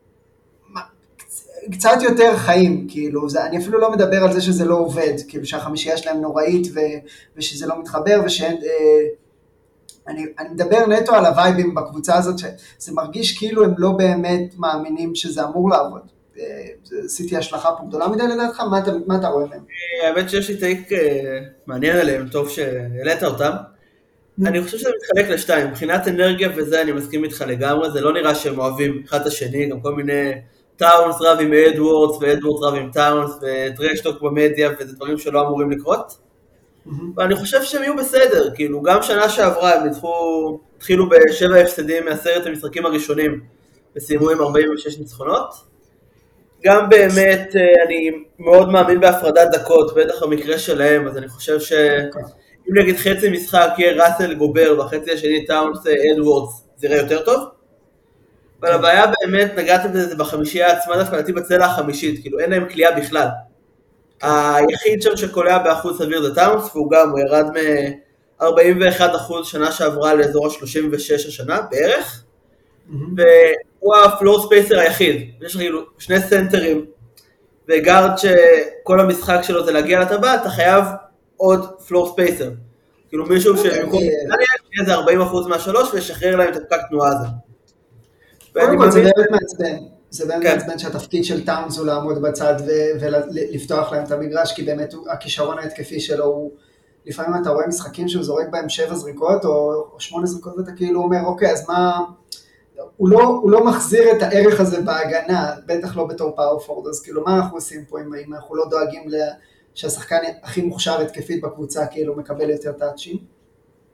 קצת יותר חיים, כאילו, אני אפילו לא מדבר על זה שזה לא עובד, כאילו שהחמישייה שלהם נוראית ושזה לא מתחבר, אני מדבר נטו על הווייבים בקבוצה הזאת, שזה מרגיש כאילו הם לא באמת מאמינים שזה אמור לעבוד. עשיתי השלכה פה גדולה מדי לדעתך, מה אתה רואה מהם? האמת שיש לי טייק מעניין עליהם, טוב שהעלית אותם. אני חושב שזה מתחלק לשתיים, מבחינת אנרגיה וזה אני מסכים איתך לגמרי, זה לא נראה שהם אוהבים אחד השני, גם כל מיני טאונס רב עם אדוורדס, ואדוורדס רב עם טאונס, וטרשטוק במדיה, וזה דברים שלא אמורים לקרות. ואני חושב שהם יהיו בסדר, כאילו גם שנה שעברה הם התחילו ב7 הפסדים מ10 המשחקים הראשונים, וסיימו עם 46 ניצחונות. גם באמת אני מאוד מאמין בהפרדת דקות, בטח במקרה שלהם, אז אני חושב שאם נגיד חצי משחק יהיה ראסל גובר, והחצי השני טאונס אדוורדס, זה יראה יותר טוב. אבל הבעיה באמת, נגעתם בזה בחמישייה עצמה, דווקא לדעתי בצלע החמישית, כאילו אין להם קליעה בכלל. היחיד שם שקולע באחוז סביר זה טאונס, והוא גם, הוא ירד מ-41% שנה שעברה לאזור ה-36 השנה, בערך, והוא הפלור ספייסר היחיד, יש כאילו שני סנטרים, וגארד שכל המשחק שלו זה להגיע לטבעת, אתה חייב עוד פלור ספייסר, כאילו מישהו שבמקום יהיה זה 40% מהשלוש, וישחרר להם את הפקק תנועה הזה. קודם כל זה באמת מעצבן. זה באמת מעצבן שהתפקיד של טאונס הוא לעמוד בצד ולפתוח להם את המגרש, כי באמת הכישרון ההתקפי שלו הוא, לפעמים אתה רואה משחקים שהוא זורק בהם 7 זריקות או 8 זריקות, ואתה כאילו אומר, אוקיי, אז מה, הוא לא מחזיר את הערך הזה בהגנה, בטח לא בתור פאורפורד, אז כאילו מה אנחנו עושים פה אם אנחנו לא דואגים שהשחקן הכי מוכשר התקפית בקבוצה כאילו מקבל יותר טאצ'ים?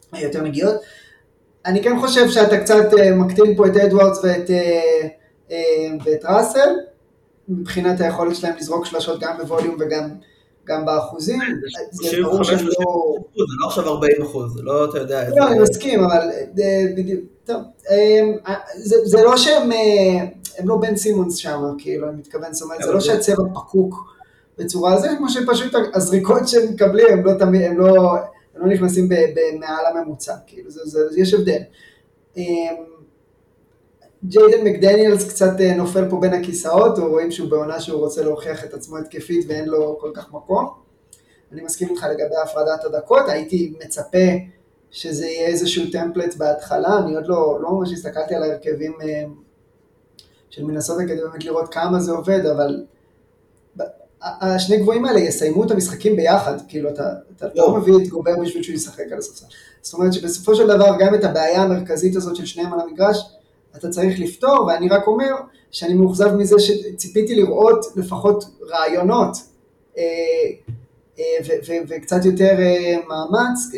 יותר נגיעות. אני כן חושב שאתה קצת מקטין פה את אדוארדס ואת ראסל, מבחינת היכולת שלהם לזרוק שלשות גם בווליום וגם באחוזים. זה ברור שהם לא... זה לא עכשיו 40%, זה לא, אתה יודע... לא, אני מסכים, אבל בדיוק, טוב. זה לא שהם לא בן סימונס שם, כאילו, אני מתכוון, זאת אומרת, זה לא שהצבע פקוק בצורה הזו, כמו שפשוט הזריקות שהם מקבלים, הם לא נכנסים במעל הממוצע, כאילו, יש הבדל. ג'יידן מקדניאלס קצת נופל פה בין הכיסאות, או רואים שהוא בעונה שהוא רוצה להוכיח את עצמו התקפית ואין לו כל כך מקום. אני מסכים איתך לגבי הפרדת הדקות, הייתי מצפה שזה יהיה איזשהו טמפלט בהתחלה, אני עוד לא ממש הסתכלתי על ההרכבים של מינסוטה כדי באמת לראות כמה זה עובד, אבל השני גבוהים האלה יסיימו את המשחקים ביחד, כאילו אתה לא מביא את גובר בשביל שהוא ישחק על הספסל. זאת אומרת שבסופו של דבר גם את הבעיה המרכזית הזאת של שניהם על המגרש, אתה צריך לפתור, ואני רק אומר שאני מאוכזב מזה שציפיתי לראות לפחות רעיונות, וקצת יותר מאמץ,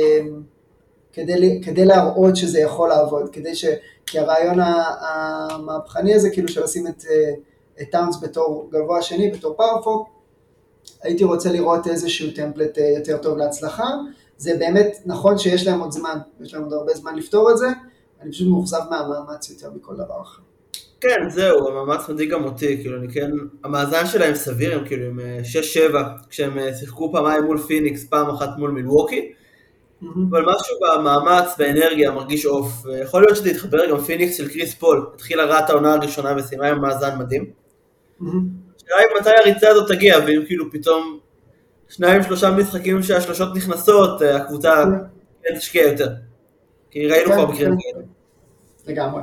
כדי להראות שזה יכול לעבוד, כי הרעיון המהפכני הזה, כאילו שלשים את טאונס בתור גבוה שני, בתור פאורפור, הייתי רוצה לראות איזשהו טמפלט יותר טוב להצלחה, זה באמת נכון שיש להם עוד זמן, יש להם עוד הרבה זמן לפתור את זה, אני פשוט מאוכזב מהמאמץ יותר מכל דבר אחר. כן, זהו, המאמץ מדאיג גם אותי, כאילו, אני כן, המאזן שלהם סביר, הם כאילו עם 6-7, כשהם שיחקו פעמיים מול פיניקס, פעם אחת מול מילווקי, אבל משהו במאמץ, באנרגיה, מרגיש אוף, יכול להיות שזה יתחבר גם פיניקס של קריס פול, התחילה רעת העונה הראשונה וסיימה עם מאזן מדהים. שאלה אם מתי הריצה הזאת תגיע, ואם כאילו פתאום 2-3 משחקים שהשלושות נכנסות, הקבוצה תשקיע יותר. כי ראינו כבר בקרים כאלה. לגמרי.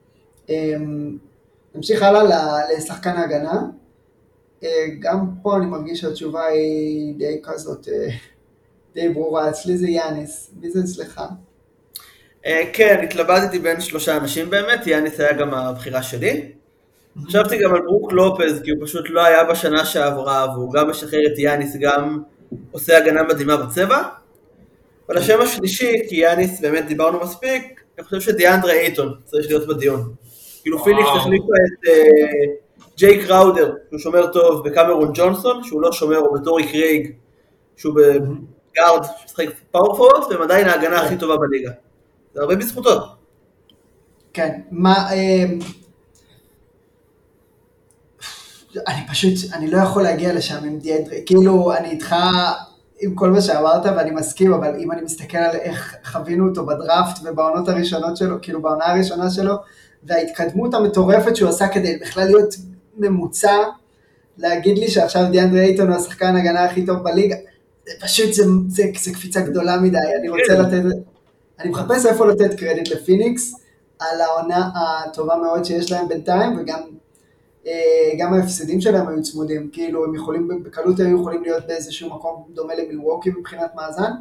נמשיך הלאה לשחקן ההגנה. גם פה אני מרגיש שהתשובה היא די כזאת, די ברורה. אצלי זה יאניס. מי זה אצלך? כן, התלבטתי בין 3 אנשים באמת. יאניס היה גם הבחירה שלי. חשבתי גם על ברוק לופז, כי הוא פשוט לא היה בשנה שעברה, והוא גם משחרר את יאניס, גם עושה הגנה מדהימה בצבע. אבל השם השלישי, כי יאניס באמת דיברנו מספיק, אני חושב שדיאנדרה אייטון צריך להיות בדיון. כאילו פיניקס החליפה את ג'יי קראודר, שהוא שומר טוב, בקמרון ג'ונסון, שהוא לא שומר, או בטורי קרייג, שהוא בגארד, שמשחק פאורפורט, והם עדיין ההגנה הכי טובה בליגה. זה הרבה בזכותו. כן, אני לא יכול להגיע לשם עם דיאנדרה, כאילו אני איתך עם כל מה שאמרת ואני מסכים, אבל אם אני מסתכל על איך חווינו אותו בדראפט ובעונות הראשונות שלו, כאילו בעונה הראשונה שלו, וההתקדמות המטורפת שהוא עשה כדי בכלל להיות ממוצע, להגיד לי שעכשיו דיאנדרה אייטון הוא השחקן הגנה הכי טוב בליגה, פשוט זה קפיצה גדולה מדי, אני מחפש איפה לתת קרדיט לפיניקס, על העונה הטובה מאוד שיש להם בינתיים, וגם ההפסדים שלהם היו צמודים, כאילו הם יכולים, בקלות היו יכולים להיות באיזשהו מקום דומה למילווקי מבחינת מאזן,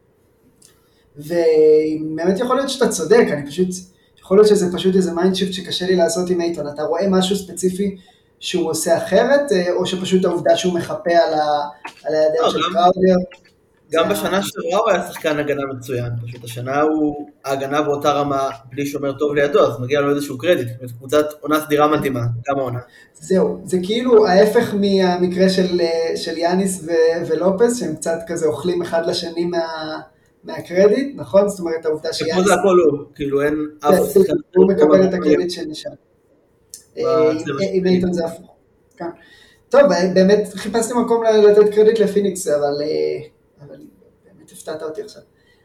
ובאמת יכול להיות שאתה צודק, יכול להיות שזה פשוט איזה מיינדשיפט שקשה לי לעשות עם אייטון, אתה רואה משהו ספציפי שהוא עושה אחרת, או שפשוט העובדה שהוא מחפה על היעדר של קראודר? גם בשנה שעברה הוא היה שחקן הגנה מצוין, פשוט השנה הוא ההגנה באותה רמה בלי שומר טוב לידו, אז מגיע לו איזשהו קרדיט, קבוצת עונה סדירה מדהימה, גם העונה. זהו, זה כאילו ההפך מהמקרה של יאניס ולופס, שהם קצת כזה אוכלים אחד לשני מהקרדיט, נכון? זאת אומרת, העובדה שיאניס... פה זה הכל הוא, כאילו אין אף שחקן... הוא מקבל את הקרדיט שנשאר. עם אייטון זה הפוך. טוב, באמת חיפשתי מקום לתת קרדיט לפיניקס, אבל באמת הפתעת אותי עכשיו.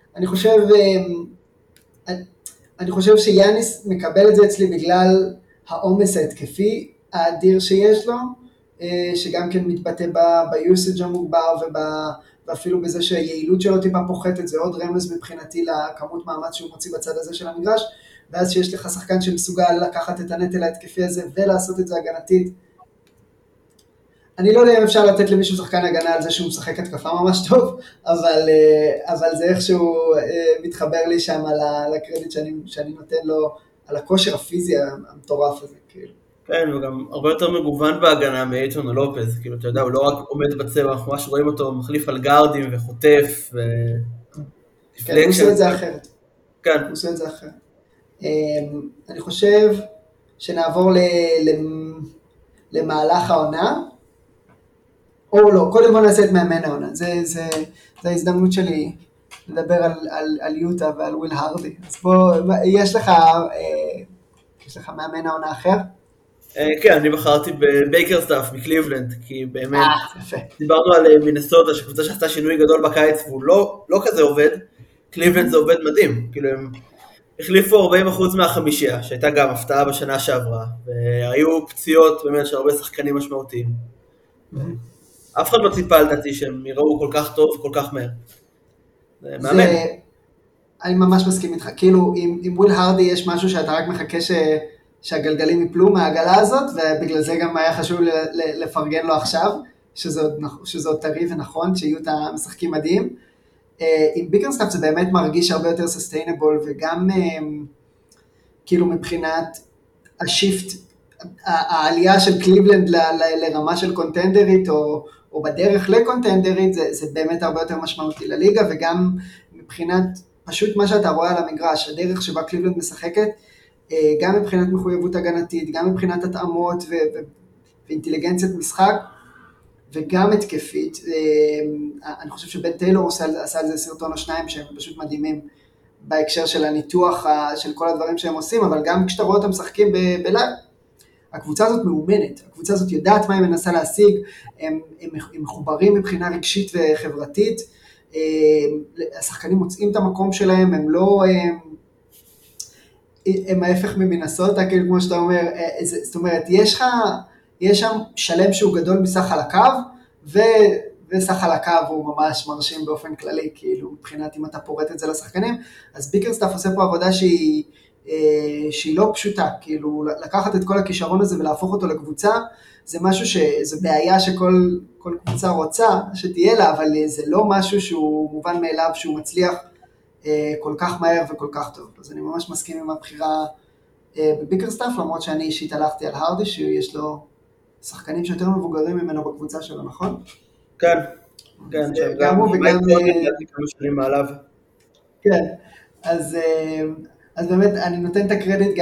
אני חושב שיאניס מקבל את זה אצלי בגלל העומס ההתקפי האדיר שיש לו, שגם כן מתבטא ביוסאג' המוגבר ואפילו בזה שהיעילות שלו טיפה פוחתת, זה עוד רמז מבחינתי לכמות מאמץ שהוא מוציא בצד הזה של המגרש, ואז שיש לך שחקן שמסוגל לקחת את הנטל ההתקפי הזה ולעשות את זה הגנתית. אני לא יודע אם אפשר לתת למישהו שחקן הגנה על זה שהוא משחק התקפה ממש טוב, אבל זה איכשהו מתחבר לי שם על הקרדיט שאני נותן לו, על הכושר הפיזי המטורף הזה, כאילו. כן, וגם הרבה יותר מגוון בהגנה מאייטון או לופז, כאילו, אתה יודע, הוא לא רק עומד בצבע, אנחנו ממש רואים אותו מחליף על גארדים וחוטף, כן, הוא עושה את זה אחרת. כן. הוא עושה את זה אחר. אני חושב שנעבור למהלך העונה, או לא, קודם כל נעשה את מאמן העונה, זה ההזדמנות שלי לדבר על יוטה ועל וויל הרדי, אז בוא, יש לך מאמן העונה אחר? כן, אני בחרתי בבייקר סטאף מקליבלנד, כי באמת, יפה. דיברנו על מינסוטה, שקבוצה שעשתה שינוי גדול בקיץ, והוא לא כזה עובד, קליבלנד זה עובד מדהים, כאילו הם החליפו 40% מהחמישייה, שהייתה גם הפתעה בשנה שעברה, והיו פציעות באמת של הרבה שחקנים משמעותיים. אף אחד לא ציפה לדעתי שהם יראו כל כך טוב וכל כך מהר. זה מאמן. אני ממש מסכים איתך, כאילו עם וויל הרדי יש משהו שאתה רק מחכה שהגלגלים יפלו מהעגלה הזאת, ובגלל זה גם היה חשוב לפרגן לו עכשיו, שזה עוד טרי ונכון, שיהיו את המשחקים מדהים. עם ביקרסטאפ זה באמת מרגיש הרבה יותר סוסטיינבול, וגם כאילו מבחינת השיפט, העלייה של קליבלנד לרמה של קונטנדרית, או בדרך לקונטנדרית, זה באמת הרבה יותר משמעותי לליגה, וגם מבחינת פשוט מה שאתה רואה על המגרש, הדרך שבה קליבלנד משחקת, גם מבחינת מחויבות הגנתית, גם מבחינת התאמות ואינטליגנציית משחק, וגם התקפית. אני חושב שבן טיילור עשה על זה סרטון או שניים שהם פשוט מדהימים בהקשר של הניתוח של כל הדברים שהם עושים, אבל גם כשאתה רואה אותם משחקים בלייב, הקבוצה הזאת מאומנת, הקבוצה הזאת יודעת מה היא מנסה להשיג, הם מחוברים מבחינה רגשית וחברתית, השחקנים מוצאים את המקום שלהם, הם לא... הם ההפך ממינסוטה, כאילו כמו שאתה אומר, זאת אומרת, יש שם שלם שהוא גדול מסך על הקו, וסך על הקו הוא ממש מרשים באופן כללי, כאילו מבחינת אם אתה פורט את זה לשחקנים, אז ביקרסטאף עושה פה עבודה שהיא לא פשוטה, כאילו לקחת את כל הכישרון הזה ולהפוך אותו לקבוצה, זה משהו זה בעיה שכל קבוצה רוצה שתהיה לה, אבל זה לא משהו שהוא מובן מאליו שהוא מצליח, כל כך מהר וכל כך טוב. אז אני ממש מסכים עם הבחירה בביקרסטאף, למרות שאני אישית הלכתי על הרדי, שיש לו שחקנים שיותר מבוגרים ממנו בקבוצה שלו, נכון? כן, כן, גם הוא וגם... כמה שנים מעליו. כן, אז באמת אני נותן את הקרדיט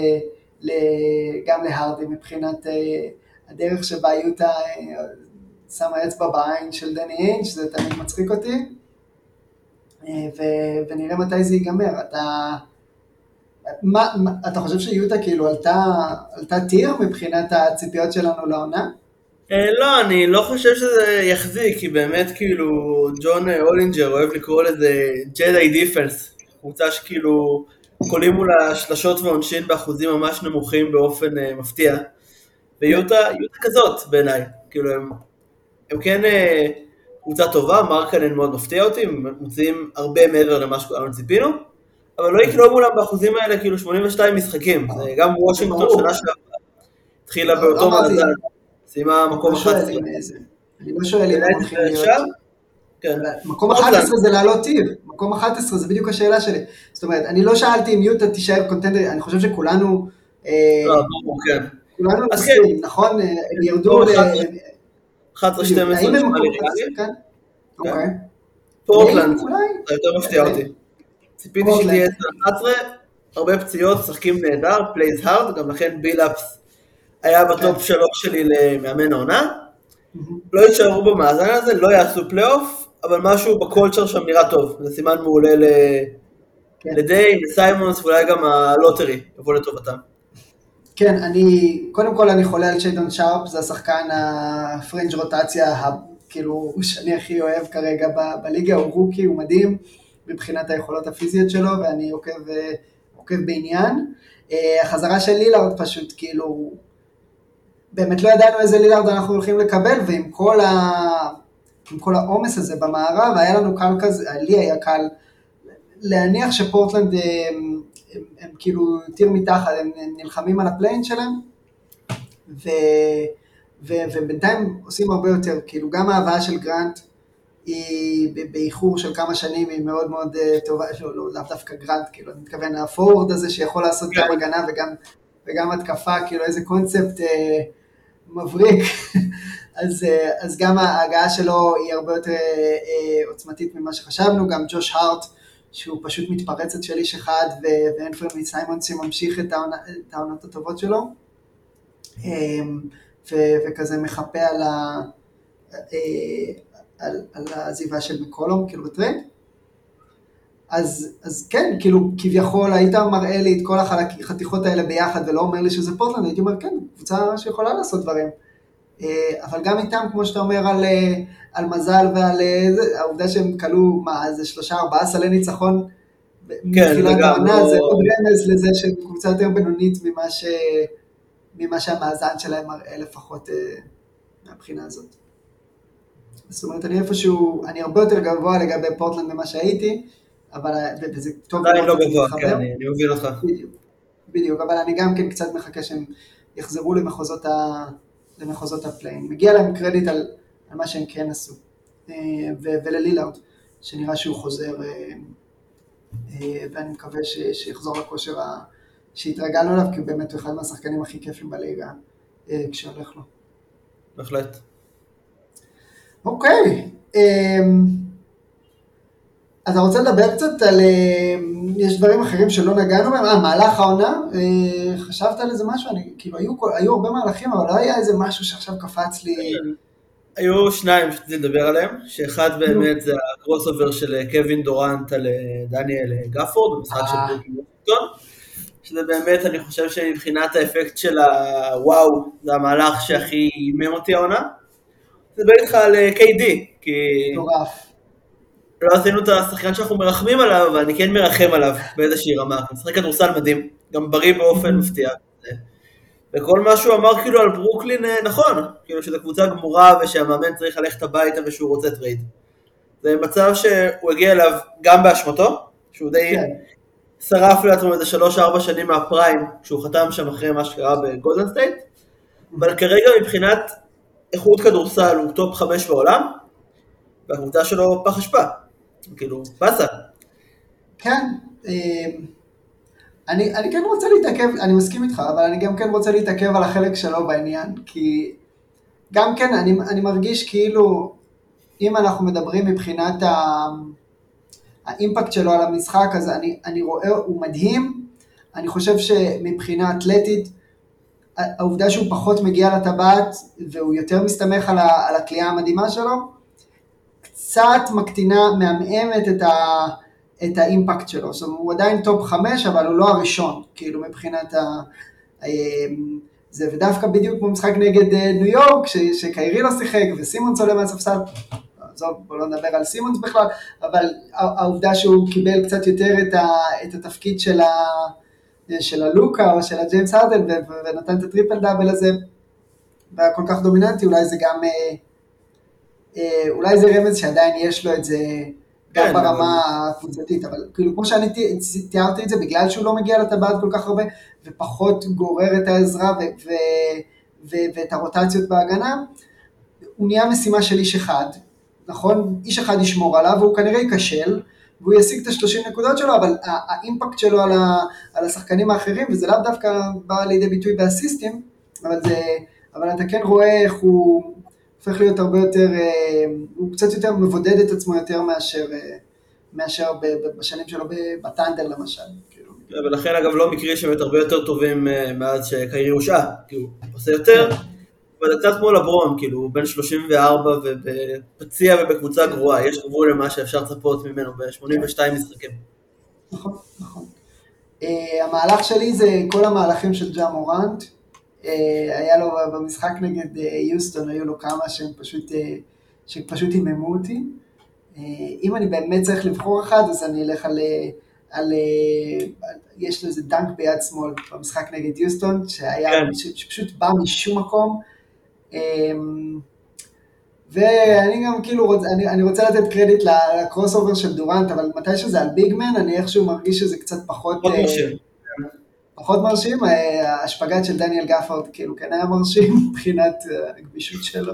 גם להרדי, מבחינת הדרך שבה יוטה שמה אצבע בעין של דני איינג', זה תמיד מצחיק אותי. ונראה מתי זה ייגמר. אתה חושב שיוטה כאילו עלתה טיר מבחינת הציפיות שלנו לעונה? לא, אני לא חושב שזה יחזיק, כי באמת כאילו ג'ון הולינג'ר אוהב לקרוא לזה ג'די דיפנס, קבוצה שכאילו קולים מול השלשות ועונשין באחוזים ממש נמוכים באופן מפתיע, ויוטה כזאת בעיניי, כאילו הם כן... קבוצה טובה, מרקנן מאוד מפתיע אותי, הם מוצאים הרבה מעבר למה שכולנו ציפינו, אבל לא יקלו מולם באחוזים האלה, כאילו 82 משחקים, זה גם וושינגטון שנה שעברה, התחילה באותו מאזן, סיימה מקום 11. אני לא שואל אם הם הולכים להיות, מקום 11 זה לעלות טיר, מקום 11 זה בדיוק השאלה שלי, זאת אומרת, אני לא שאלתי אם יוטה תישאר קונטנדר, אני חושב שכולנו, כולנו מסכים, נכון, הם ירדו 11-12 אוקיי. פורטלנד, זה יותר מפתיע אותי. ציפיתי שתהיה 11, הרבה פציעות, שחקים נהדר, פלייז הארד, גם לכן בילאפס היה בטופ 3 שלי למאמן העונה. לא יישארו במאזן הזה, לא יעשו פלייאוף, אבל משהו בקולצ'ר שם נראה טוב. זה סימן מעולה לדיי, לסיימונס, ואולי גם הלוטרי יבוא לטובתם. כן, קודם כל אני חולה על שיידון שרפ, זה השחקן הפרינג' רוטציה, כאילו, שאני הכי אוהב כרגע בליגה, הוא רוקי, הוא מדהים, מבחינת היכולות הפיזיות שלו, ואני עוקב בעניין. החזרה של לילארד פשוט, כאילו, באמת לא ידענו איזה לילארד אנחנו הולכים לקבל, ועם כל העומס הזה במערב, היה לנו קל כזה, לי היה קל להניח שפורטלנד הם כאילו טיר מתחת, הם נלחמים על הפליין שלהם, ובינתיים עושים הרבה יותר, כאילו גם ההבאה של גרנט היא באיחור של כמה שנים, היא מאוד מאוד טובה, לא דווקא גרנט, כאילו אני מתכוון הפורוורד הזה שיכול לעשות גם הגנה וגם התקפה, כאילו איזה קונספט מבריק, אז גם ההגעה שלו היא הרבה יותר עוצמתית ממה שחשבנו, גם ג'וש הארט, שהוא פשוט מתפרצת של איש אחד, ואנפרני סיימונסי ממשיך את העונות הטובות שלו, וכזה מחפה על העזיבה של מקולום, כאילו בטרייד. אז כן, כאילו כביכול היית מראה לי את כל החתיכות האלה ביחד, ולא אומר לי שזה פורטלנד, הייתי אומר כן, קבוצה שיכולה לעשות דברים. אבל גם איתם, כמו שאתה אומר על מזל ועל העובדה שהם קלו, זה 3-4 סלי ניצחון, מתחילת העונה, זה עוד רמז לזה שהם קבוצה יותר בינונית ממה שהמאזן שלהם מראה לפחות מהבחינה הזאת. זאת אומרת, אני הרבה יותר גבוה לגבי פורטלנד ממה שהייתי, אבל זה טוב. עדיין לא גבוה, כן, אני מוביל אותך. בדיוק, אבל אני גם כן קצת מחכה שהם יחזרו למחוזות הפליין. מגיע להם קרדיט על מה שהם כן עשו. וללילארד, שנראה שהוא חוזר, ואני מקווה שיחזור לכושר שהתרגלנו עליו, כי הוא באמת אחד מהשחקנים הכי כיפים בליגה כשהולך לו. בהחלט. אוקיי. אתה רוצה לדבר קצת על, יש דברים אחרים שלא נגענו בהם, מהלך העונה, חשבת על איזה משהו, כאילו היו הרבה מהלכים, אבל לא היה איזה משהו שעכשיו קפץ לי. היו שניים שתרציתי לדבר עליהם, שאחד באמת זה הקרוס אובר של קווין דורנט על דניאל גפורד, במשחק של ברוקלין וושינגטון, שזה באמת, אני חושב שמבחינת האפקט של הוואו, זה המהלך שהכי אימם אותי העונה, זה בא איתך על KD, כי מטורף. לא עשינו את השחקן שאנחנו מרחמים עליו, אבל אני כן מרחם עליו באיזושהי רמה, הוא משחק כדורסל מדהים, גם בריא באופן מפתיע. וכל מה שהוא אמר כאילו על ברוקלין נכון, כאילו שזו קבוצה גמורה ושהמאמן צריך ללכת הביתה ושהוא רוצה טרייד. זה מצב שהוא הגיע אליו גם באשמתו, שהוא די שרף לעצמו איזה 3-4 שנים מהפריים, כשהוא חתם שם אחרי מה שקרה בגולדן סטייט, אבל כרגע מבחינת איכות כדורסל הוא טופ 5 בעולם, והקבוצה שלו פח אשפה, כאילו פסה. כן, אני כן רוצה להתעכב, אני מסכים איתך, אבל אני גם כן רוצה להתעכב על החלק שלו בעניין, כי גם כן אני מרגיש כאילו, אם אנחנו מדברים מבחינת האימפקט שלו על המשחק, אז אני רואה, הוא מדהים, אני חושב שמבחינה אתלטית, העובדה שהוא פחות מגיע לטבעת, והוא יותר מסתמך על הקליעה המדהימה שלו, קצת מקטינה, מעמעמת את האימפקט שלו, זאת אומרת, הוא עדיין טופ 5, אבל הוא לא הראשון, כאילו מבחינת זה, ודווקא בדיוק במשחק נגד ניו יורק, שקיירי לא שיחק, וסימונס עולה מהספסל, בוא לא נדבר על סימונס בכלל, אבל העובדה שהוא קיבל קצת יותר את התפקיד של הלוקה, או של הג'יימס הרדן, ונתן את הטריפל דאבל הזה, והיה כל כך דומיננטי, אולי זה רמז שעדיין יש לו את זה, גם ברמה הקבוצתית, אבל כאילו כמו שאני תיארתי את זה, בגלל שהוא לא מגיע לטבעת כל כך הרבה, ופחות גורר את העזרה ואת הרוטציות בהגנה, הוא נהיה משימה של איש אחד, נכון? איש אחד ישמור עליו, והוא כנראה ייכשל, והוא ישיג את ה-30 נקודות שלו, אבל האימפקט שלו על השחקנים האחרים, וזה לאו דווקא בא לידי ביטוי באסיסטים, אבל אתה כן רואה איך הוא הופך להיות הרבה יותר, הוא קצת יותר מבודד את עצמו יותר מאשר בשנים שלו בטנדר למשל. ולכן אגב לא מקרי שהם הרבה יותר טובים מאז שקיירי הושעה, כי הוא עושה יותר, אבל קצת כמו לברון, כאילו הוא בן 34 ובפציע ובקבוצה גרועה, יש גבול למה שאפשר לצפות ממנו ב-82 משחקים. נכון, נכון. המהלך שלי זה כל המהלכים של ג'ה מורנט, היה לו במשחק נגד יוסטון, היו לו כמה שהם פשוט היממו אותי. אם אני באמת צריך לבחור אחד, אז אני אלך יש לו איזה דנק ביד שמאל במשחק נגד יוסטון, שפשוט בא משום מקום. ואני גם כאילו, אני רוצה לתת קרדיט לקרוס אובר של דורנט, אבל מתי שזה על ביגמן, אני איכשהו מרגיש שזה קצת פחות מרשים, ההשפגת של דניאל גפורד כאילו כן היה מרשים מבחינת הגבישות שלו,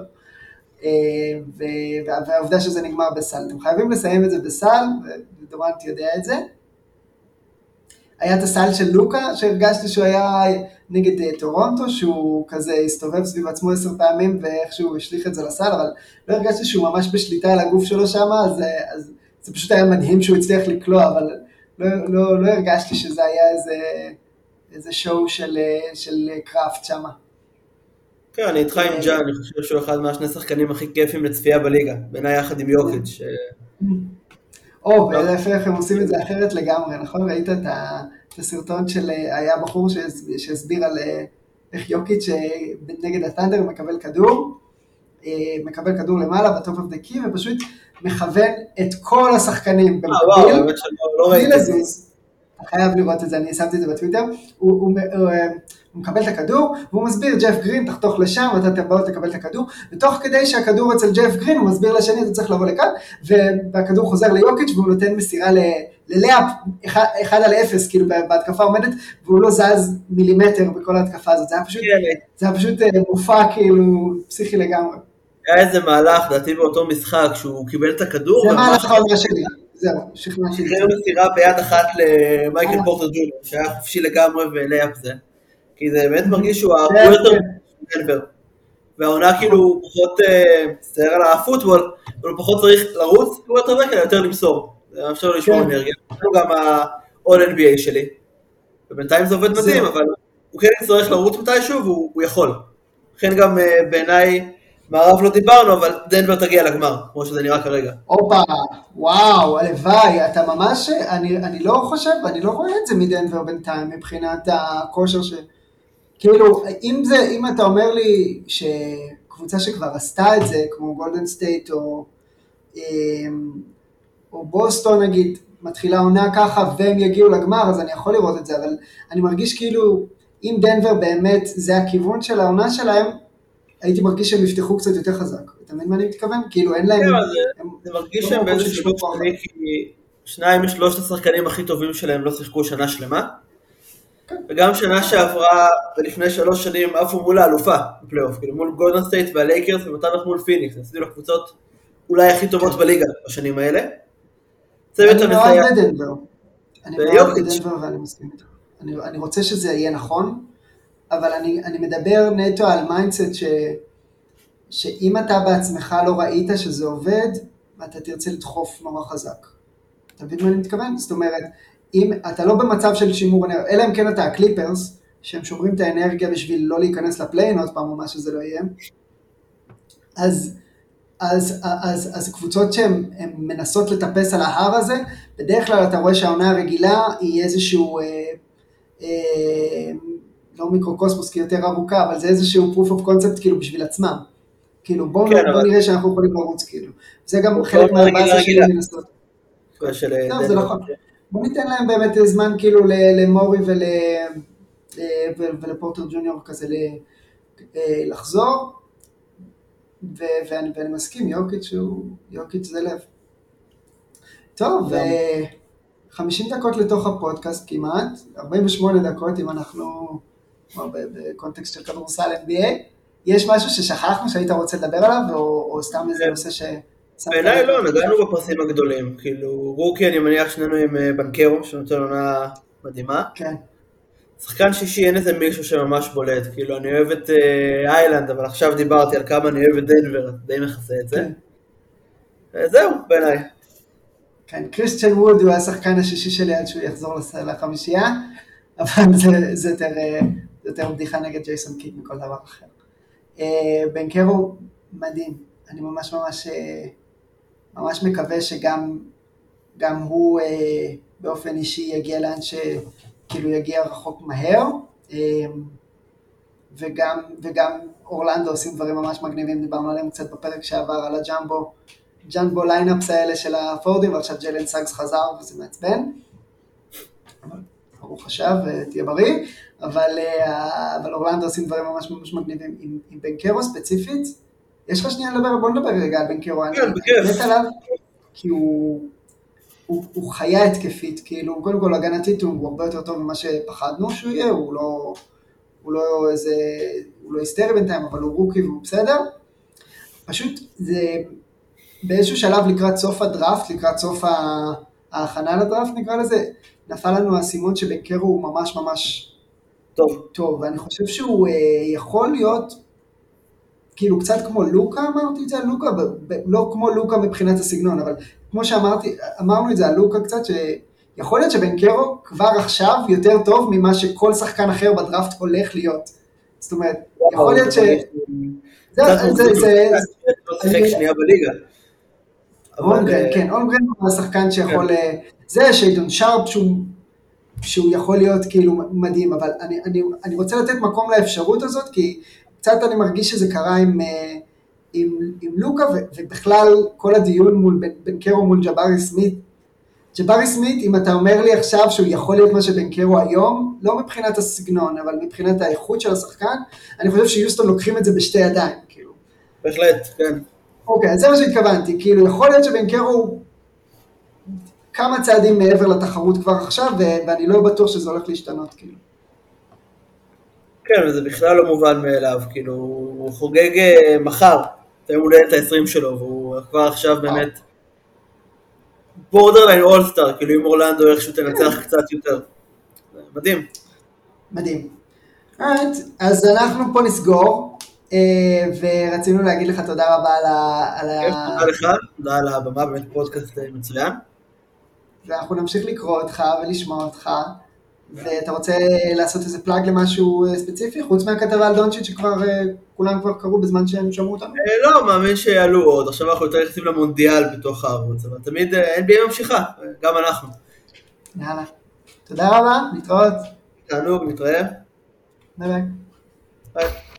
והעובדה שזה נגמר בסל. אתם חייבים לסיים את זה בסל, ודורנט יודע את זה. היה את הסל של לוקה, שהרגשתי שהוא היה נגד טורונטו, שהוא כזה הסתובב סביב עצמו 10 פעמים, ואיכשהו השליך את זה לסל, אבל לא הרגשתי שהוא ממש בשליטה על הגוף שלו שם, אז זה פשוט היה מדהים שהוא הצליח לקלוע, אבל לא הרגשתי שזה היה איזה שואו של קראפט שמה. כן, אני איתך עם ג'אן, אני חושב שהוא אחד מהשני שחקנים הכי כיפים לצפייה בליגה, בעיניי יחד עם יוקיץ'. ולהפך הם עושים את זה אחרת לגמרי, נכון? ראית את הסרטון של, היה בחור שהסביר על איך יוקיץ' נגד הטנדר מקבל כדור למעלה בטופ אוף דה קי, ופשוט מכוון את כל השחקנים במקביל. באמת שלא ראיתי את זה. אתה חייב לראות את זה, אני שמתי את זה בטוויטר. הוא מקבל את הכדור, והוא מסביר, ג'ף גרין, תחתוך לשם, ואתה תבוא לקבל את הכדור, ותוך כדי שהכדור אצל ג'ף גרין, הוא מסביר לשני, אתה צריך לבוא לכאן, והכדור חוזר ליוקיץ' והוא נותן מסירה ללאפ, 1-0, כאילו בהתקפה עומדת, והוא לא זז מילימטר בכל ההתקפה הזאת, זה היה פשוט מופע כאילו פסיכי לגמרי. היה איזה מהלך, דעתי באותו משחק, שהוא קיבל את הכדור, זה מהלך העונה שלי. זהו, שכנע שלי. שחרר מסירה ביד אחת למייקל פורטר ג'וניור, שהיה חופשי לגמרי ולאפ זה. כי זה באמת מרגיש שהוא הרבה יותר דנבר. והעונה כאילו הוא פחות מצטער על הפוטבול, אבל הוא פחות צריך לרוץ, הוא יותר דקה, יותר למסור. זה מאפשר לו לשמור אנרגיה. זה גם ה-All-NBA שלי. ובינתיים זה עובד מדהים, אבל הוא כן צריך לרוץ מתישהו והוא יכול. לכן גם בעיניי, מערב לא דיברנו, אבל דנבר תגיע לגמר, כמו שזה נראה כרגע. אופה, וואו, הלוואי, אתה ממש, אני לא חושב, אני לא רואה את זה מדנבר בינתיים, מבחינת הכושר כאילו, אם אתה אומר לי שקבוצה שכבר עשתה את זה, כמו גולדן סטייט או בוסטון נגיד, מתחילה עונה ככה והם יגיעו לגמר, אז אני יכול לראות את זה, אבל אני מרגיש כאילו, אם דנבר באמת זה הכיוון של העונה שלהם, הייתי מרגיש שהם יפתחו קצת יותר חזק. אתה מבין מה אני מתכוון? כאילו אין להם... זה מרגיש שהם באיזה שלב שני, כי 2 מ3 השחקנים הכי טובים שלהם לא שיחקו שנה שלמה, וגם שנה שעברה, ולפני 3 שנים, עפו מול האלופה בפלייאוף, כאילו מול גולדן סטייט והלייקרס, ומתן מול פיניקס, עשינו לקבוצות אולי הכי טובות בליגה בשנים האלה. אני מאוד בדנבר. אני מאוד בדנבר ואני מסכים איתך. אני רוצה שזה יהיה נכון, אבל אני מדבר נטו על מיינדסט שאם אתה בעצמך לא ראית שזה עובד, אתה תרצה לדחוף נורא חזק. אתה מבין מה אני מתכוון? זאת אומרת, אם אתה לא במצב של שימור אנרגיה, אלא אם כן אתה הקליפרס, שהם שומרים את האנרגיה בשביל לא להיכנס לפליין עוד פעם או מה שזה לא יהיה, אז קבוצות שהן מנסות לטפס על ההר הזה, בדרך כלל אתה רואה שהעונה הרגילה היא איזשהו, לא מיקרוקוסמוס כי יותר ארוכה, אבל זה איזשהו proof of concept כאילו בשביל עצמם. כאילו בואו נראה שאנחנו יכולים לרוץ כאילו. זה גם חלק מהבאסה שלי לנסות. זה נכון. בואו ניתן להם באמת זמן כאילו למורי ולפורטר ג'וניור כזה לחזור. ואני מסכים, יוקיץ' זה לב. טוב, 50 דקות לתוך הפודקאסט כמעט, 48 דקות אם אנחנו בקונטקסט של כדורסל NBA. יש משהו ששכחנו שהיית רוצה לדבר עליו, או סתם איזה נושא ש... בעיניי לא, נגענו בפרסים הגדולים, כאילו רוקי אני מניח שנינו עם בנקרו, שנותן עונה מדהימה. כן. שחקן שישי אין איזה מישהו שממש בולט, כאילו אני אוהב את איילנד, אבל עכשיו דיברתי על כמה אני אוהב את דנבר, די מכסה את זה. זהו, בעיניי. כן, קריסטיאן ווד הוא השחקן השישי שלי עד שהוא יחזור לחמישייה, אבל זה יותר בדיחה נגד ג'ייסון קיד מכל דבר אחר. בנקרו מדהים, אני ממש מקווה שגם הוא באופן אישי יגיע לאן כאילו יגיע רחוק מהר, וגם אורלנדו עושים דברים ממש מגניבים, דיברנו עליהם קצת בפרק שעבר על הג'אמבו ליינאפס האלה של הפורדים, ועכשיו ג'יילן סאגס חזר וזה מעצבן, ברוך השב ותהיה בריא, אבל אורלנדו עושים דברים ממש מגניבים עם בנקרו ספציפית. יש לך שנייה לדבר, בוא נדבר רגע על בנקרו, אני מת עליו, כי הוא חיה התקפית, כאילו, קודם כל הגנתית הוא הרבה יותר טוב ממה שפחדנו שהוא יהיה, הוא לא היסטרי בינתיים, אבל הוא רוקי והוא בסדר. פשוט זה באיזשהו שלב לקראת סוף הדראפט, לקראת סוף ההכנה לדראפט נקרא לזה, נפל לנו הסימון שבנקרו הוא ממש טוב, ואני חושב שהוא יכול להיות כאילו קצת כמו לוקה, אמרתי את זה על לוקה, לא כמו לוקה מבחינת הסגנון, אבל כמו שאמרתי, אמרנו את זה על לוקה קצת, שיכול להיות שבנקרו כבר עכשיו יותר טוב ממה שכל שחקן אחר בדראפט הולך להיות. זאת אומרת, יכול להיות ש... זה שחק שנייה בליגה. אולמגרן, כן, אולמגרן הוא השחקן שיכול... זה שיידון שרפ שהוא יכול להיות כאילו מדהים, אבל אני רוצה לתת מקום לאפשרות הזאת, כי קצת אני מרגיש שזה קרה עם לוקה, ובכלל כל הדיון בין קרו מול ג'בארי סמית. ג'בארי סמית, אם אתה אומר לי עכשיו שהוא יכול להיות מה שבין קרו היום, לא מבחינת הסגנון, אבל מבחינת האיכות של השחקן, אני חושב שיוסטון לוקחים את זה בשתי ידיים, כאילו. בהחלט, כן. אוקיי, אז זה מה שהתכוונתי, כאילו יכול להיות שבין קרו כמה צעדים מעבר לתחרות כבר עכשיו, ואני לא בטוח שזה הולך להשתנות, כאילו. כן, וזה בכלל לא מובן מאליו, כאילו, הוא חוגג מחר, את היום הולדת ה-20 שלו, והוא כבר עכשיו באמת בורדרליין אולסטאר, כאילו אם אורלנדו איכשהו תנצח קצת יותר. מדהים. מדהים. אז אנחנו פה נסגור, ורצינו להגיד לך תודה רבה על תודה לך, תודה על הבמה, באמת פודקאסט מצוין. ואנחנו נמשיך לקרוא אותך ולשמוע אותך, ואתה רוצה לעשות איזה פלאג למשהו ספציפי, חוץ מהכתבה על דונצ'יץ' שכבר כולם כבר קראו בזמן שהם שמעו אותנו? לא, מאמין שיעלו עוד, עכשיו אנחנו יותר נכנסים למונדיאל בתוך הערוץ, אבל תמיד NBA ממשיכה, גם אנחנו. יאללה, תודה רבה, נתראות. תענוג, נתראה. ביי ביי. ביי.